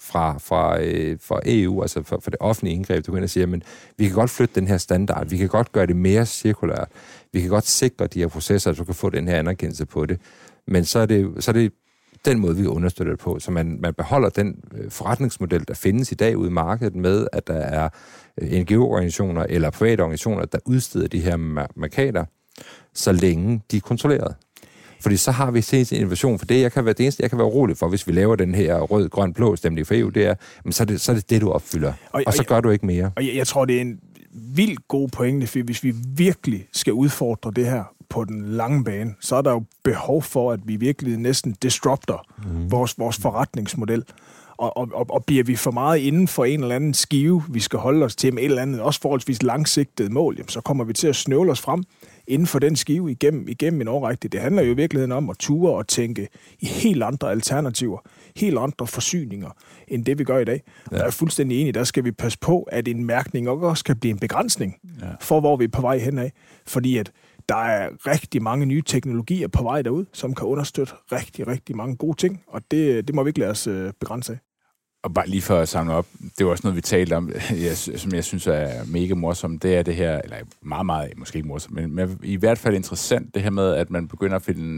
fra EU, altså for det offentlige indgreb, du kan sige, men vi kan godt flytte den her standard, vi kan godt gøre det mere cirkulært, vi kan godt sikre de her processer, at du kan få den her anerkendelse på det, men så er det den måde, vi understøtter det på, så man beholder den forretningsmodel, der findes i dag ude i markedet med, at der er NGO-organisationer eller private organisationer, der udsteder de her mærkater, så længe de er kontrolleret. Fordi så har vi set en innovation, for det eneste, jeg kan være urolig for, hvis vi laver den her rød, grøn, blå stemning for EU, det er, men så er det, du opfylder. Og så gør du ikke mere. Og jeg tror, det er en vildt god pointe, for hvis vi virkelig skal udfordre det her på den lange bane, så er der jo behov for, at vi virkelig næsten disrupter vores forretningsmodel. Og bliver vi for meget inden for en eller anden skive, vi skal holde os til med et eller andet, også forholdsvis langsigtet mål, jamen, så kommer vi til at snøvle os frem inden for den skive igennem en årrække. Det handler jo i virkeligheden om at ture og tænke i helt andre alternativer, helt andre forsyninger, end det vi gør i dag. Og jeg er fuldstændig enig, der skal vi passe på, at en mærkning også kan blive en begrænsning for, hvor vi er på vej henad. Fordi at der er rigtig mange nye teknologier på vej derud, som kan understøtte rigtig, rigtig mange gode ting, og det må vi ikke lade os begrænse af. Og bare lige for at samle op, det var også noget, vi talte om, som jeg synes er mega morsomt, det er det her, eller meget, meget, måske ikke morsomt, men i hvert fald interessant, det her med, at man begynder at finde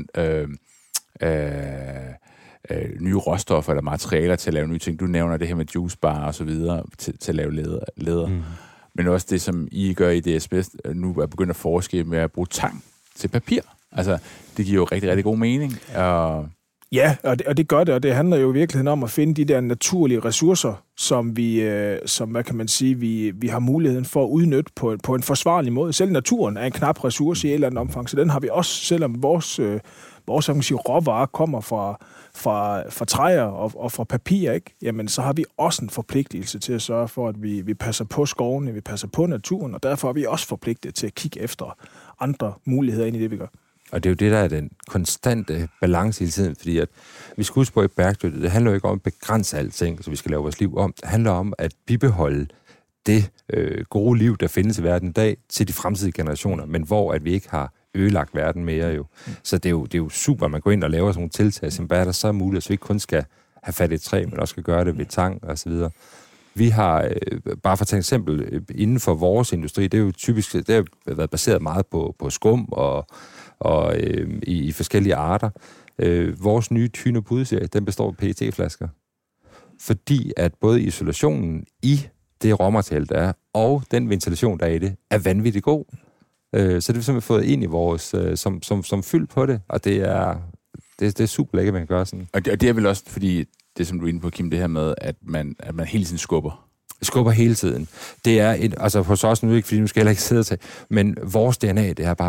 nye råstoffer eller materialer til at lave nye ting. Du nævner det her med juicebar og så videre, til at lave læder. Men også det, som I gør i DSB, nu er begyndt at forske med at bruge tang til papir. Altså, det giver jo rigtig, rigtig god mening. Ja, og det gør det, og det handler jo i virkeligheden om at finde de der naturlige ressourcer, som hvad kan man sige, vi har muligheden for at udnytte på en forsvarlig måde. Selv naturen er en knap ressource i et eller andet omfang, så den har vi også, selvom vores råvarer kommer fra træer og fra papir, ikke? Jamen, så har vi også en forpligtelse til at sørge for, at vi passer på skovene, vi passer på naturen, og derfor er vi også forpligtet til at kigge efter andre muligheder ind i det, vi gør. Og det er jo det, der er den konstante balance i tiden, fordi at vi skal huske på i bæredygtighed, det handler jo ikke om at begrænse alting, så vi skal lave vores liv om. Det handler om at bibeholde det gode liv, der findes i verden i dag, til de fremtidige generationer, men hvor at vi ikke har ødelagt verden mere jo. Så det er jo super, at man går ind og laver sådan nogle tiltag, som hvad er der så muligt, så vi ikke kun skal have fat i et træ, men også skal gøre det ved tang og så videre. Vi har, bare for at tage et eksempel, inden for vores industri, det er jo typisk, det har været baseret meget på skum og i forskellige arter. Vores nye Thyno Bud-serie, den består af PET-flasker. Fordi at både isolationen i det råmateriale, der er, og den ventilation, der er i det, er vanvittigt god. Så det har vi simpelthen fået ind i vores, som fyld på det, og det er super lækkert, man kan gøre sådan. Og det er vel også, fordi det som du er inde på, Kim, det her med, at man hele tiden skubber. Skubber hele tiden. Det er altså hos os nu ikke, fordi nu skal jeg heller ikke sidde og tage, men vores DNA, det er bare,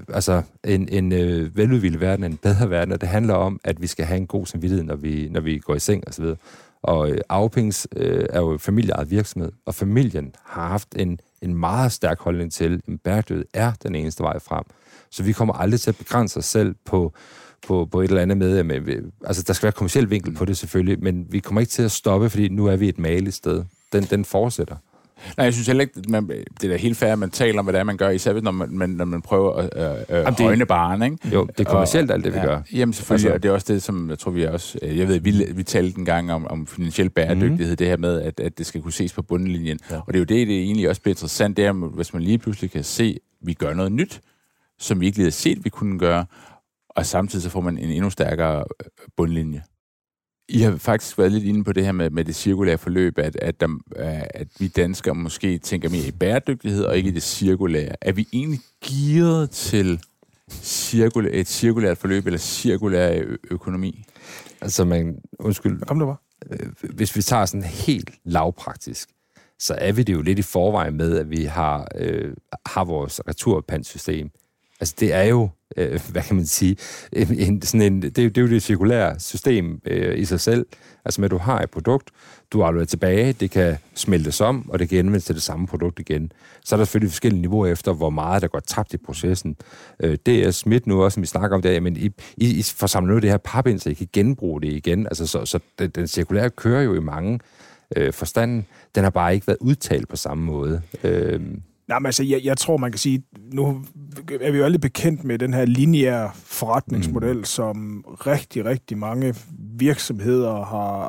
en veludviklet verden, en bedre verden, og det handler om, at vi skal have en god samvittighed, når vi går i seng og så videre. Og Aupings er jo familieejet virksomhed, og familien har haft en meget stærk holdning til, at bæredygtighed er den eneste vej frem. Så vi kommer aldrig til at begrænse os selv på et eller andet med, altså der skal være kommerciel vinkel på det selvfølgelig, men vi kommer ikke til at stoppe, fordi nu er vi et maligt sted. Den fortsætter. Nej, jeg synes heller ikke, det er da helt fair, at man taler om, hvad det er, man gør, især når man prøver at højne barren, ikke? Jo, det er kommercielt alt det, vi gør. Jamen selvfølgelig, altså, og det er også det, som jeg tror, vi også... Jeg ved, vi talte en gang om finansiel bæredygtighed, det her med, at det skal kunne ses på bundlinjen. Ja. Og det er jo det egentlig også bliver interessant, det er, hvis man lige pludselig kan se, at vi gør noget nyt, som vi ikke lige havde set, vi kunne gøre, og samtidig så får man en endnu stærkere bundlinje. I har faktisk været lidt inde på det her med det cirkulære forløb, at vi danskere måske tænker mere i bæredygtighed og ikke i det cirkulære. Er vi egentlig gearet til et cirkulært forløb eller cirkulær økonomi? Altså, undskyld. Kom du bare. Hvis vi tager sådan helt lavpraktisk, så er vi det jo lidt i forvejen med, at vi har vores returpantsystem. Altså, det er jo, hvad kan man sige, det er jo det cirkulære system i sig selv. Altså, med at du har et produkt, du afleverer tilbage, det kan smeltes om, og det kan anvendes til det samme produkt igen. Så er der selvfølgelig forskellige niveauer efter, hvor meget der går tabt i processen. Det er smidt nu også, som vi snakker om det, men I får samlet noget af det her pap ind, så I kan genbruge det igen. Altså, så den cirkulære kører jo i mange forstanden. Den har bare ikke været udtalt på samme måde. Nej, men altså, jeg tror, man kan sige, nu er vi jo alle bekendt med den her lineære forretningsmodel, som rigtig, rigtig mange virksomheder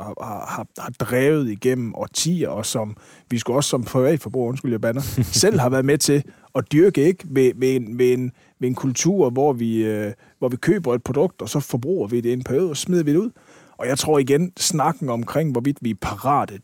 har drevet igennem årtier, og som vi skulle også som privatforbruger, selv har været med til at dyrke, ikke? Med en kultur, hvor vi køber et produkt, og så forbruger vi det i en periode, og smider vi det ud. Og jeg tror igen, snakken omkring, hvorvidt vi er parate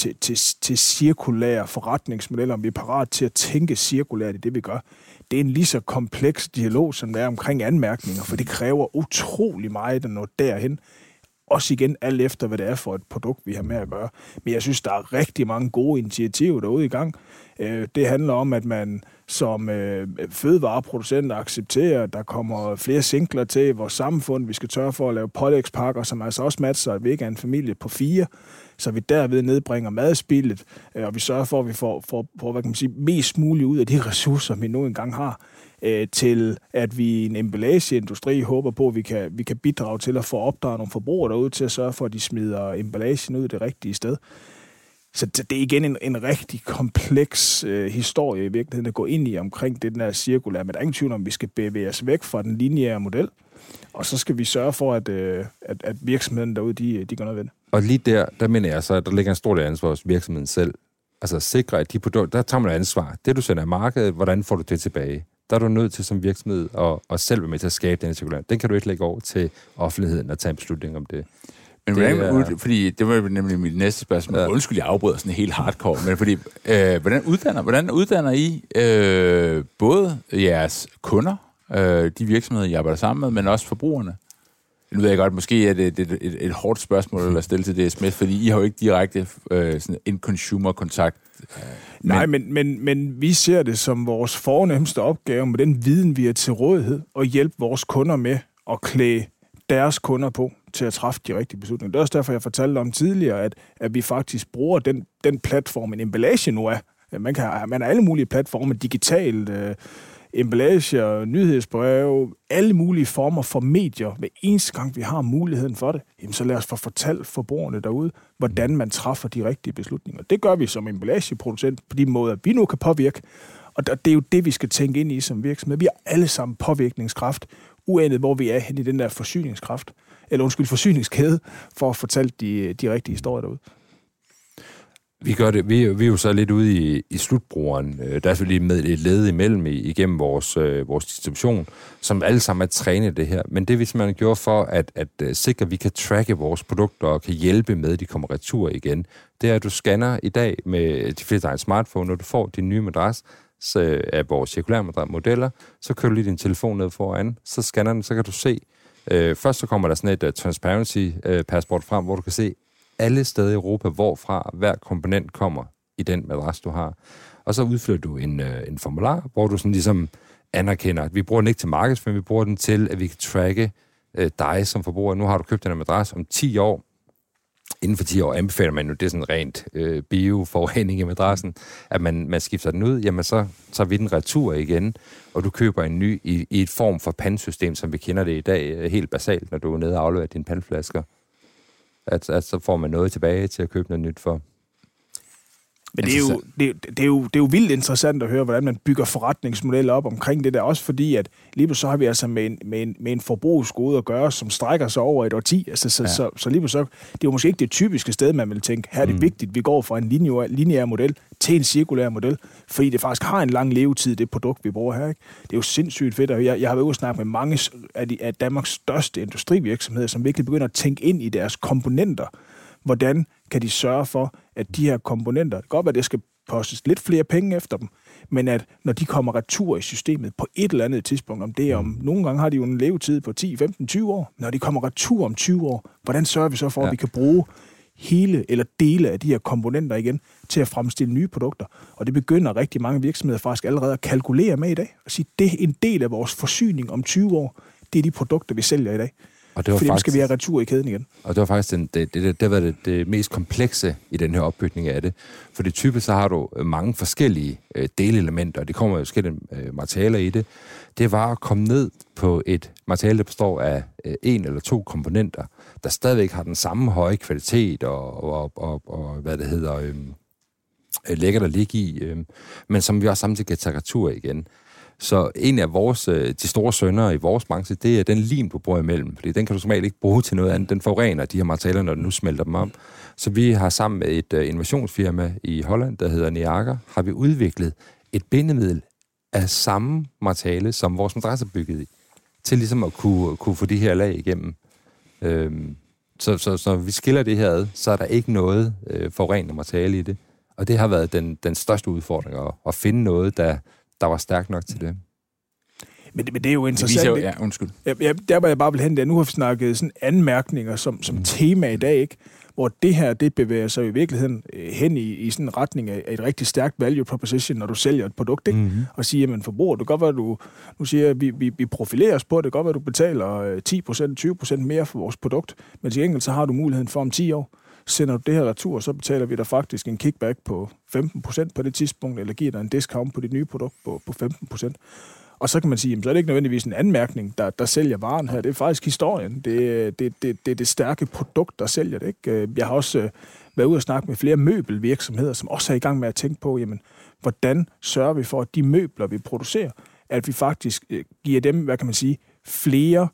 til cirkulære forretningsmodeller, om vi er parate til at tænke cirkulært i det, vi gør, det er en lige så kompleks dialog, som der er omkring anmærkninger, for det kræver utrolig meget at nå derhen. Også igen alt efter, hvad det er for et produkt, vi har med at gøre. Men jeg synes, der er rigtig mange gode initiativer derude i gang. Det handler om, at man som fødevareproducenter accepterer, at der kommer flere singler til vores samfund. Vi skal tørre for at lave pålægspakker, som altså også matcher et vegan-familie på 4, så vi derved nedbringer madspildet, og vi sørger for, at vi får hvad kan man sige, mest muligt ud af de ressourcer, vi nu engang har, til at vi i en emballageindustri håber på, at vi kan bidrage til at få opdraget nogle forbrugere derude til at sørge for, at de smider emballagen ud det rigtige sted. Så det er igen en rigtig kompleks historie i virkeligheden at gå ind i omkring det, den her cirkulære. Men der er ingen tvivl om, at vi skal bevæge os væk fra den lineære model, og så skal vi sørge for, at virksomheden derude, de gør noget ved det. Og lige der mener jeg så, at der ligger en stor del ansvar hos virksomheden selv. Altså sikre, at de produkter, der tager man ansvar. Det, du sender af markedet, hvordan får du det tilbage? Der er du nødt til som virksomhed og selv være med til at skabe den cirkulære. Den kan du ikke lægge over til offentligheden og tage en beslutning om det. Men fordi det var nemlig mit næste spørgsmål. Ja. Undskyld, jeg afbryder sådan helt hardcore, men fordi, hvordan uddanner I både jeres kunder, de virksomheder, I arbejder sammen med, men også forbrugerne? Nu ved jeg godt, måske er det et hårdt spørgsmål at stille til DSMS, fordi I har jo ikke direkte sådan en consumer-kontakt. Nej, men vi ser det som vores fornemste opgave med den viden, vi har til rådighed, og hjælpe vores kunder med at klæde deres kunder på til at træffe de rigtige beslutninger. Det er også derfor, jeg fortalte om tidligere, at vi faktisk bruger den platform, en emballage nu er. Man har alle mulige platformer, digitalt, emballager, nyhedsbreve, alle mulige former for medier. Hver eneste gang, vi har muligheden for det, jamen, så lad os få fortalt forbrugerne derude, hvordan man træffer de rigtige beslutninger. Det gør vi som emballageproducent på de måder, vi nu kan påvirke. Og det er jo det, vi skal tænke ind i som virksomhed. Vi har alle sammen påvirkningskraft, uanset hvor vi er hen i den der forsyningskæde, for at fortælle de rigtige historier derude. Vi gør det. Vi er jo så lidt ude i slutbrugeren. Der er selvfølgelig med et led imellem igennem vores distribution, som alle sammen er trænet det her. Men det vi simpelthen gjorde for at sikre, at vi kan tracke vores produkter og kan hjælpe med, at de kommer retur igen, det er, at du scanner i dag med de fleste af en smartphone, når du får din nye madras af vores cirkulære modeller, så kører du lige din telefon ned foran, så scanner den, så kan du se. Først så kommer der sådan et transparency-passport frem, hvor du kan se alle steder i Europa, hvorfra hver komponent kommer. i den madras, du har. Og så udfylder du en formular, hvor du sådan ligesom anerkender, at vi bruger den ikke til markedsføring, vi bruger den til, at vi kan tracke dig som forbruger. Nu har du købt den her madras om 10 år. Inden for 10 år anbefaler man jo, det er sådan rent bioforurening i madrassen, at man skifter den ud, jamen så tager vi den retur igen, og du køber en ny i et form for pandsystem, som vi kender det i dag, helt basalt, når du er nede og afleverer dine pandflasker. At så får man noget tilbage til at købe noget nyt for. Men det er jo vildt interessant at høre, hvordan man bygger forretningsmodeller op omkring det der, også fordi, at lige så har vi altså med en forbrugsgode at gøre, som strækker sig over et årti. Altså, så lige så, det er jo måske ikke det typiske sted, man vil tænke, her er det vigtigt, vi går fra en lineær model til en cirkulær model, fordi det faktisk har en lang levetid, det produkt, vi bruger her. Ikke? Det er jo sindssygt fedt, og jeg har været ude og snakke med mange af Danmarks største industrivirksomheder, som virkelig begynder at tænke ind i deres komponenter. Hvordan kan de sørge for, at de her komponenter, det kan godt være, at det skal postes lidt flere penge efter dem, men at når de kommer retur i systemet på et eller andet tidspunkt, om det er om, nogle gange har de jo en levetid på 10, 15, 20 år, når de kommer retur om 20 år, hvordan sørger vi så for, at vi kan bruge hele eller dele af de her komponenter igen til at fremstille nye produkter? Og det begynder rigtig mange virksomheder faktisk allerede at kalkulere med i dag, og sige, det er en del af vores forsyning om 20 år, det er de produkter, vi sælger i dag. Og det var fordi faktisk, skal vi have retur i kæden igen. Og det var faktisk det mest komplekse i den her opbygning af det. Fordi typisk så har du mange forskellige delelementer, og det kommer jo forskellige materialer i det. Det var at komme ned på et materiale, der består af en eller to komponenter, der stadigvæk har den samme høje kvalitet og hvad det hedder, lækkert at ligge i, men som vi også samtidig kan tage retur igen. Så en af de store syndere i vores branche, det er den lim, du bruger imellem, fordi den kan du som regel ikke bruge til noget andet. Den forurener de her materialer, når du nu smelter dem om. Så vi har sammen med et innovationsfirma i Holland, der hedder Niaga, har vi udviklet et bindemiddel af samme materiale, som vores madras er bygget i, til ligesom at kunne få de her lag igennem. Så når vi skiller det her ad, så er der ikke noget forurenende materiale i det. Og det har været den største udfordring, at finde noget, der var stærkt nok til det. Men det er jo interessant. Ja, undskyld. Der var jeg bare vil hen der. Nu har vi snakket sådan anmærkninger som tema i dag, ikke? Hvor det her, det bevæger sig i virkeligheden hen i sådan en retning af et rigtig stærkt value proposition, når du sælger et produkt, ikke? Mm-hmm. Og siger, jamen forbruger, det kan godt være, nu siger vi profilerer os på, det kan godt være, du betaler 10%, 20% mere for vores produkt, men til gengæld så har du muligheden for om 10 år, sender du det her retur, så betaler vi dig faktisk en kickback på 15% på det tidspunkt, eller giver dig en discount på dit nye produkt på 15%. Og så kan man sige, jamen, så er det ikke nødvendigvis en anmærkning, der sælger varen her. Det er faktisk historien. Det er det stærke produkt, der sælger det. Ikke? Jeg har også været ude og snakke med flere møbelvirksomheder, som også er i gang med at tænke på, jamen, hvordan sørger vi for, at de møbler, vi producerer, at vi faktisk giver dem, hvad kan man sige, flere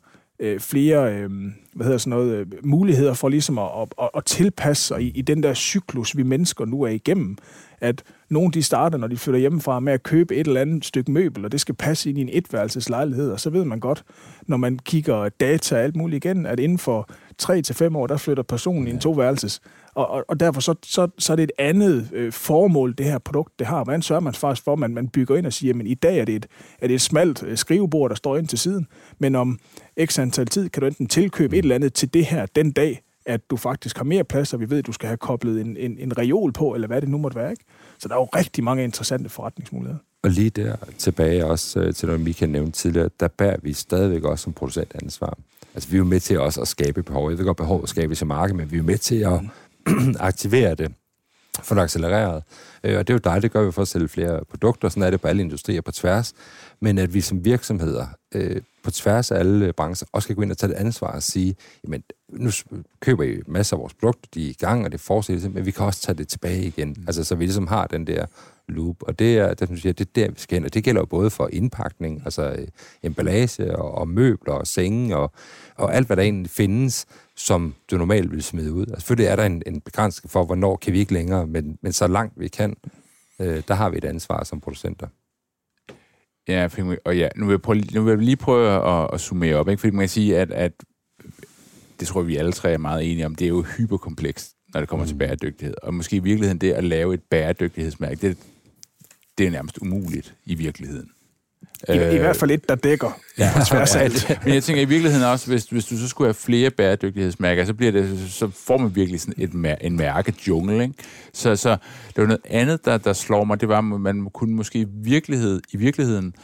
muligheder for ligesom at tilpasse sig i den der cyklus, vi mennesker nu er igennem. At nogle de starter, når de flytter hjemmefra, med at købe et eller andet stykke møbel, og det skal passe ind i en etværelseslejlighed, og så ved man godt, når man kigger data og alt muligt igen, at inden for 3 til 5 år, der flytter personen i en toværelses. Og derfor så er det et andet formål, det her produkt, det har. Hvordan sørger man faktisk for, at man bygger ind og siger, jamen i dag er det et smalt skrivebord, der står ind til siden, men om x antal tid kan du enten tilkøbe et eller andet til det her den dag, at du faktisk har mere plads, og vi ved, at du skal have koblet en reol på, eller hvad det nu måtte være, ikke? Så der er jo rigtig mange interessante forretningsmuligheder. Og lige der tilbage også til noget, Michael nævnte tidligere, der bærer vi stadigvæk også som producentansvar. Altså vi er jo med til også at skabe behov. Jeg ved godt, behovet skabes i markedet, men vi er jo med til at aktivere det, få det accelereret. Og det er jo dejligt, det gør vi for at sælge flere produkter, sådan er det på alle industrier på tværs, men at vi som virksomheder på tværs af alle brancher også skal gå ind og tage det ansvar og sige, jamen nu køber I masser af vores produkter, de er i gang, og det fortsætter, men vi kan også tage det tilbage igen. Altså så vi ligesom har den der loop, og det er der, vi skal hen, og det gælder jo både for indpakning, altså emballage og møbler og senge og alt, hvad der egentlig findes, som du normalt vil smide ud. Altså selvfølgelig er der en begrænsning for, hvornår kan vi ikke længere, men så langt vi kan, der har vi et ansvar som producenter. Ja, og ja, nu vil jeg lige prøve at summere op, ikke? Fordi man kan sige, at det tror jeg, vi alle tre er meget enige om, det er jo hyperkomplekst, når det kommer til bæredygtighed. Og måske i virkeligheden det at lave et bæredygtighedsmærke, det er nærmest umuligt i virkeligheden. I hvert fald et, der dækker. Ja, men jeg tænker i virkeligheden også, hvis du så skulle have flere bæredygtighedsmærker, så får man virkelig sådan en mærkejungle, ikke? Så det var noget andet, der slår mig, det var, at man kunne måske i virkeligheden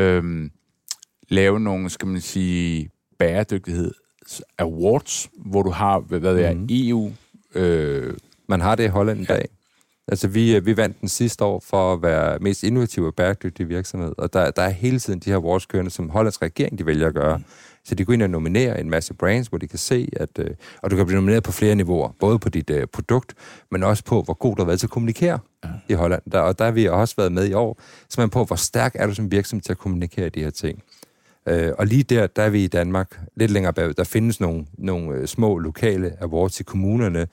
lave nogle, skal man sige, bæredygtigheds-awards, hvor du har, EU. Man har det i Holland i dag. Altså, vi vandt den sidste år for at være mest innovative og bæredygtige virksomhed, og der er hele tiden de her awards kørende, som Hollands regering, de vælger at gøre. Så de går ind og nominerer en masse brands, hvor de kan se, at og du kan blive nomineret på flere niveauer, både på dit produkt, men også på, hvor god du har været til at kommunikere i Holland. Og der har vi også været med i år, simpelthen på, hvor stærk er du som virksomhed til at kommunikere de her ting. Og lige der er vi i Danmark lidt længere bagud. Der findes nogle små lokale awards til kommunerne,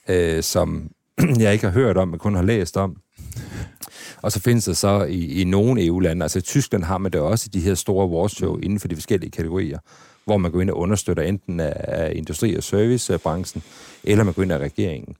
som jeg ikke har hørt om, men kun har læst om. Og så findes der så i nogle EU-lande, altså i Tyskland har man det også i de her store awardshow inden for de forskellige kategorier, hvor man går ind og understøtter enten af industri- og servicebranchen, eller man går ind af regeringen.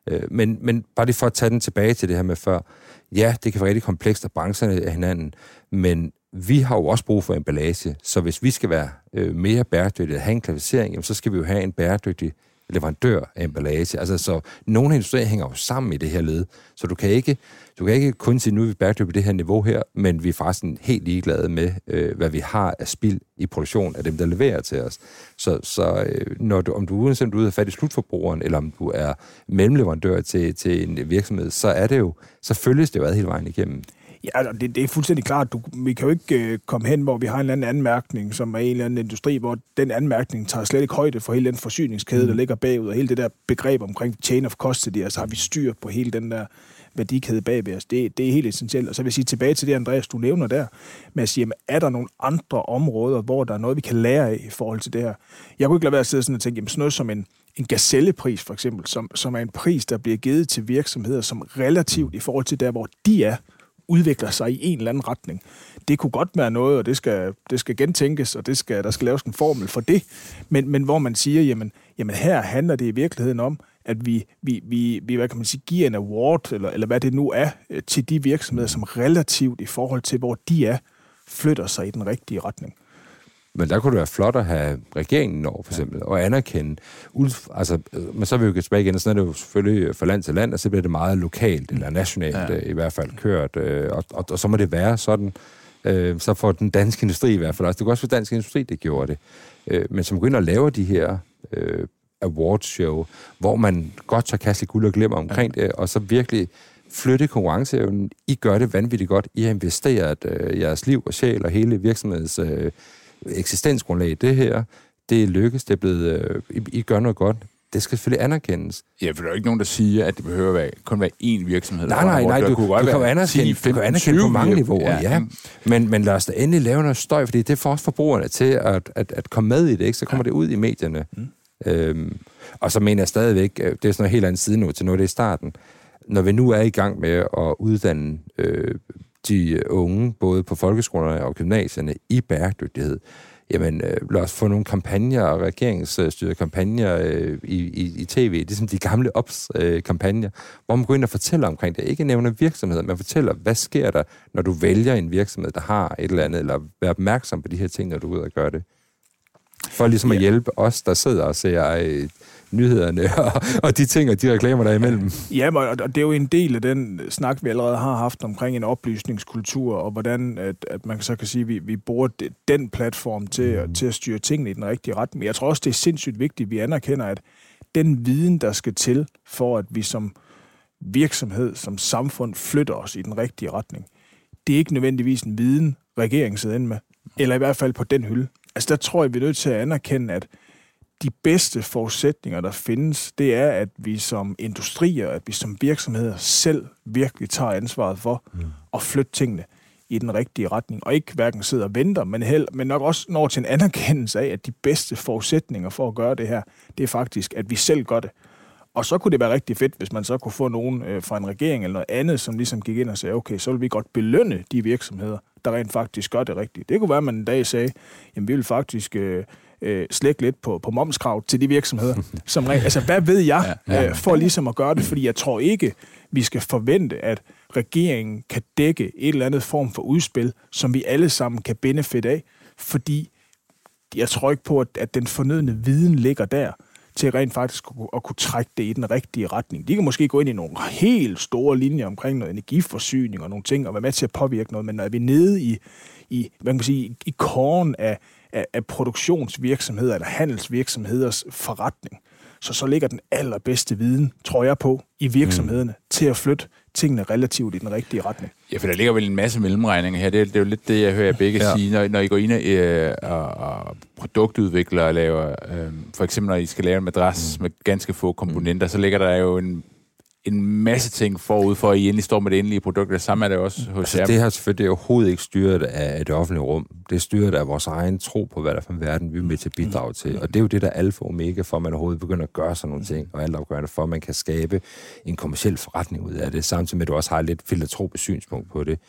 Men bare lige for at tage den tilbage til det her med før, ja, det kan være rigtig komplekst, at brancherne er hinanden, men vi har jo også brug for emballage, så hvis vi skal være mere bæredygtige og have en klassificering, jamen, så skal vi jo have en bæredygtig leverandør af emballage. Altså, så nogle industrier hænger jo sammen i det her led, så du kan ikke kun sige, nu er vi bæredygtige på det her niveau her, men vi er faktisk helt ligeglade med, hvad vi har af spild i produktion af dem, der leverer til os. Så om du uanset om du er ude af fat i slutforbrugeren, eller om du er mellemleverandør til en virksomhed, så er det jo, så følges det jo hele vejen igennem. Ja, det er fuldstændig klart. Vi kan jo ikke komme hen, hvor vi har en eller anden anmærkning, som er en eller anden industri, hvor den anmærkning tager slet ikke højde for hele den forsyningskæde, der ligger bagud, og hele det der begreb omkring chain of custody, altså har vi styr på hele den der værdikæde bagved os. Det er helt essentielt. Og så vil jeg sige tilbage til det, Andreas, du nævner der, med at sige, jamen, er der nogle andre områder, hvor der er noget, vi kan lære af i forhold til det her? Jeg kunne ikke lade være at sidde sådan og tænke, jamen, sådan noget som en gazellepris, for eksempel, som er en pris, der bliver givet til virksomheder, som relativt i forhold til der, hvor de er, udvikler sig i en eller anden retning. Det kunne godt være noget, og det skal gentænkes, og der skal laves en formel for det. Men hvor man siger, jamen her handler det i virkeligheden om, at vi hvad kan man sige, giver en award, eller hvad det nu er, til de virksomheder, som relativt i forhold til, hvor de er, flytter sig i den rigtige retning. Men der kunne det være flot at have regeringen over, for eksempel, og anerkende. Altså, men så vil vi jo gå tilbage igen, og sådan er det jo selvfølgelig fra land til land, og så bliver det meget lokalt, eller nationalt i hvert fald kørt. Og så må det være sådan, så får den danske industri i hvert fald også. Det kunne også for dansk industri, det gjorde det. Men som går ind og laver de her awardshow, hvor man godt tager kasse guld og glemmer omkring det, og så virkelig flytte konkurrenceevnen. I gør det vanvittigt godt. I har investeret jeres liv og sjæl og hele virksomhedens eksistensgrundlag. Det her, det lykkes, det er blevet, I gør noget godt. Det skal selvfølgelig anerkendes. Ja, for der er ikke nogen, der siger, at det behøver kun være én virksomhed. Nej, du kan anerkende på mange niveauer, ja. Men lad os da endelig lave noget støj, fordi det får også forbrugerne til at komme med i det, ikke? Så kommer det ud i medierne. Og så mener jeg stadigvæk, det er sådan noget helt andet side nu til noget, det er i starten. Når vi nu er i gang med at uddanne de unge, både på folkeskolerne og gymnasierne, i bæredygtighed, jamen lad os få nogle kampagner og regeringsstyrede kampagner i tv, ligesom de gamle OBS-kampagner, hvor man går ind og fortæller omkring det. Ikke nævner virksomheder, men fortæller, hvad sker der, når du vælger en virksomhed, der har et eller andet, eller være opmærksom på de her ting, når du er ude og gøre det. For ligesom at hjælpe os, der sidder og ser nyhederne og de ting og de reklamer, der er imellem. Ja, og det er jo en del af den snak, vi allerede har haft omkring en oplysningskultur, og hvordan at man så kan sige, at vi bruger den platform til at styre tingene i den rigtige retning. Men jeg tror også, det er sindssygt vigtigt, at vi anerkender, at den viden, der skal til for, at vi som virksomhed, som samfund flytter os i den rigtige retning, det er ikke nødvendigvis en viden, regeringen sidder inde med, eller i hvert fald på den hylde. Altså der tror jeg, vi er nødt til at anerkende, at de bedste forudsætninger, der findes, det er, at vi som industrier, at vi som virksomheder selv virkelig tager ansvaret for at flytte tingene i den rigtige retning, og ikke hverken sidder og venter, men nok også når til en anerkendelse af, at de bedste forudsætninger for at gøre det her, det er faktisk, at vi selv gør det. Og så kunne det være rigtig fedt, hvis man så kunne få nogen fra en regering eller noget andet, som ligesom gik ind og sagde, okay, så vil vi godt belønne de virksomheder, der rent faktisk gør det rigtigt. Det kunne være, at man en dag sagde, jamen vi vil faktisk slække lidt på momskrav til de virksomheder. Som altså, hvad ved jeg, for ligesom at gøre det? Fordi jeg tror ikke, vi skal forvente, at regeringen kan dække et eller andet form for udspil, som vi alle sammen kan benefit af, fordi jeg tror ikke på, at den fornødne viden ligger der, til rent faktisk at kunne trække det i den rigtige retning. De kan måske gå ind i nogle helt store linjer omkring noget energiforsyning og nogle ting, og være med til at påvirke noget, men når vi er nede i hvad kan man sige, i kåren af produktionsvirksomheder eller handelsvirksomheders forretning, så ligger den allerbedste viden, tror jeg på, i virksomhederne til at flytte tingene relativt i den rigtige retning. Ja, for der ligger vel en masse mellemregninger her. Det er jo lidt det, jeg hører jer begge sige, når I går ind og produktudvikler og laver, for eksempel når I skal lave en madras med ganske få komponenter, så ligger der jo en masse ting forud for, at I endelig står med det endelige produkt. Det samme er det også hos jer. Det her selvfølgelig overhovedet ikke styret af det offentlige rum. Det er styret af vores egen tro på, hvad der er for en verden, vi er med til at bidrage til. Og det er jo det, der er alfa og omega, for at man overhovedet begynder at gøre sådan nogle ting, og altafgørende for, at man kan skabe en kommerciel forretning ud af det, samtidig med, at du også har lidt filantropisk synspunkt på det.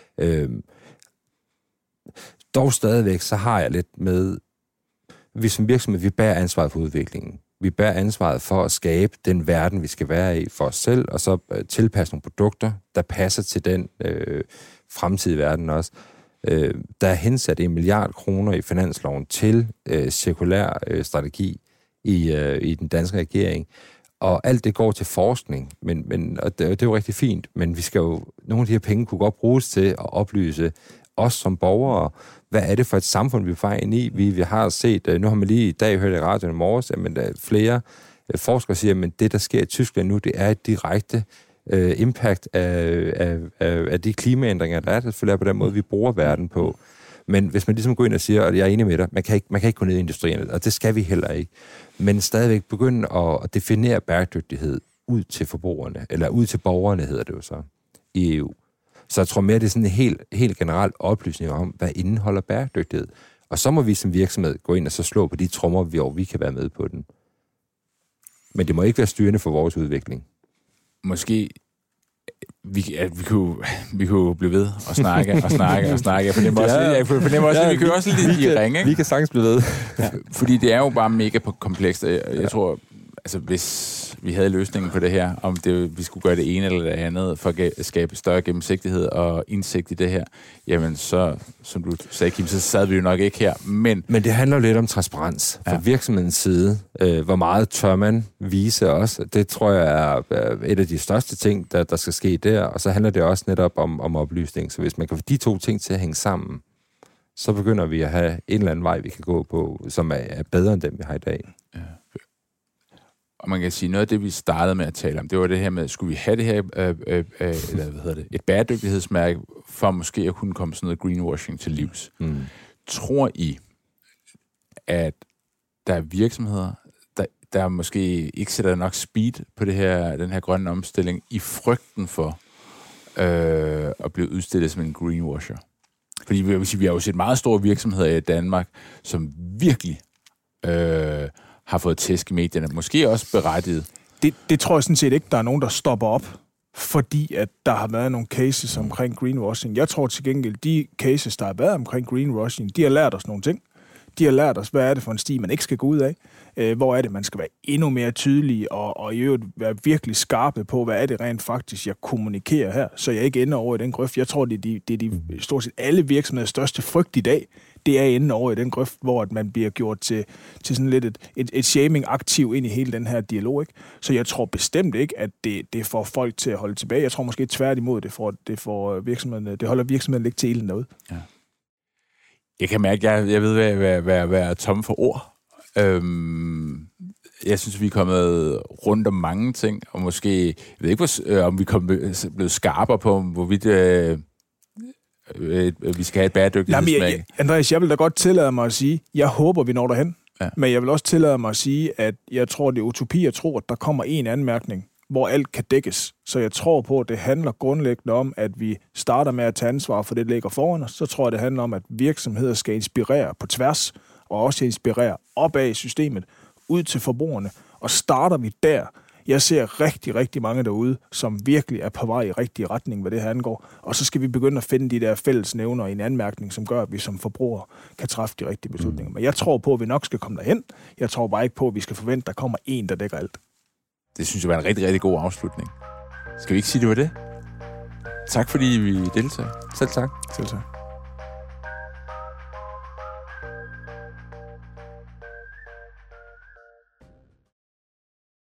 Dog stadigvæk, så har jeg lidt med, vi som virksomhed, vi bærer ansvaret for udviklingen. Vi bærer ansvaret for at skabe den verden, vi skal være i for os selv, og så tilpasse nogle produkter, der passer til den fremtidige verden også. Der er hensat 1 milliard kroner i finansloven til cirkulær strategi i den danske regering, og alt det går til forskning, og det er jo rigtig fint, men vi skal jo, nogle af de her penge kunne godt bruges til at oplyse os som borgere, hvad er det for et samfund, vi er på vej ind i? Vi har set, nu har man lige i dag hørt i radioen i morges, at flere forskere siger, at det, der sker i Tyskland nu, det er et direkte impact af de klimaændringer, der er. Det selvfølgelig er på den måde, vi bruger verden på. Men hvis man ligesom går ind og siger, og jeg er enig med dig, man kan ikke gå ned i industrien, og det skal vi heller ikke. Men stadigvæk begynde at definere bæredygtighed ud til forbrugerne, eller ud til borgerne, hedder det jo så, i EU. Så jeg tror mere, det er sådan en helt generelt oplysning om, hvad indeholder bæredygtighed. Og så må vi som virksomhed gå ind og så slå på de trommer, hvor vi kan være med på den. Men det må ikke være styrende for vores udvikling. Måske vi kunne blive ved og snakke. Jeg fornemmer også, at vi kan også lidt i ringe. Vi kan sagtens blive ved. Ja, fordi det er jo bare mega komplekst. Jeg tror, altså hvis vi havde løsningen på det her, om vi skulle gøre det ene eller det andet, for at skabe større gennemsigtighed og indsigt i det her, jamen så, som du sagde, Kim, så sad vi jo nok ikke her. Men det handler jo lidt om transparens fra virksomhedens side. Hvor meget tør man vise os? Det tror jeg er et af de største ting, der skal ske der. Og så handler det også netop om oplysning. Så hvis man kan få de to ting til at hænge sammen, så begynder vi at have en eller anden vej, vi kan gå på, som er bedre end den, vi har i dag. Ja. Og man kan sige, noget af det, vi startede med at tale om, det var det her med, skulle vi have det her, et bæredygtighedsmærke, for måske at kunne komme sådan noget greenwashing til livs. Tror I, at der er virksomheder, der måske ikke sætter nok speed på den her grønne omstilling, i frygten for at blive udstillet som en greenwasher? Fordi vi har jo set meget store virksomheder i Danmark, som virkelig har fået tæsk i medierne, måske også berettiget. Det tror jeg sådan set ikke, der er nogen, der stopper op, fordi at der har været nogle cases omkring greenwashing. Jeg tror til gengæld, de cases, der har været omkring greenwashing, de har lært os nogle ting. De har lært os, hvad er det for en sti, man ikke skal gå ud af. Hvor er det, man skal være endnu mere tydelig og i øvrigt være virkelig skarpe på, hvad er det rent faktisk, jeg kommunikerer her, så jeg ikke ender over i den grøft. Jeg tror, det er de stort set alle virksomheders største frygt i dag, det er inde over i den grøft, hvor at man bliver gjort til sådan lidt et shaming-aktiv ind i hele den her dialog. Ikke? Så jeg tror bestemt ikke, at det får folk til at holde tilbage. Jeg tror måske tværtimod, det får virksomhederne, det holder virksomheden ikke til ilden derude. Ja. Jeg kan mærke, at jeg ved, hvad er tom for ord. Jeg synes, vi er kommet rundt om mange ting, og måske, jeg ved ikke, om vi er blevet skarpere på, hvorvidt vi skal have et bæredygtighedsmærke. Andreas, jeg vil da godt tillade mig at sige, jeg håber, vi når derhen. Ja. Men jeg vil også tillade mig at sige, at jeg tror, det er utopi at tro, at der kommer en anmærkning, hvor alt kan dækkes. Så jeg tror på, at det handler grundlæggende om, at vi starter med at tage ansvar for det, der ligger foran os. Så tror jeg, det handler om, at virksomheder skal inspirere på tværs, og også inspirere opad i systemet, ud til forbrugerne. Og starter vi der, jeg ser rigtig, rigtig mange derude, som virkelig er på vej i rigtig retning, hvad det her angår. Og så skal vi begynde at finde de der fællesnævner i en anmærkning, som gør, at vi som forbrugere kan træffe de rigtige beslutninger. Men jeg tror på, at vi nok skal komme derhen. Jeg tror bare ikke på, at vi skal forvente, at der kommer en, der dækker alt. Det synes jeg var en rigtig, rigtig god afslutning. Skal vi ikke sige, det var det? Tak fordi vi deltager. Selv tak. Selv tak.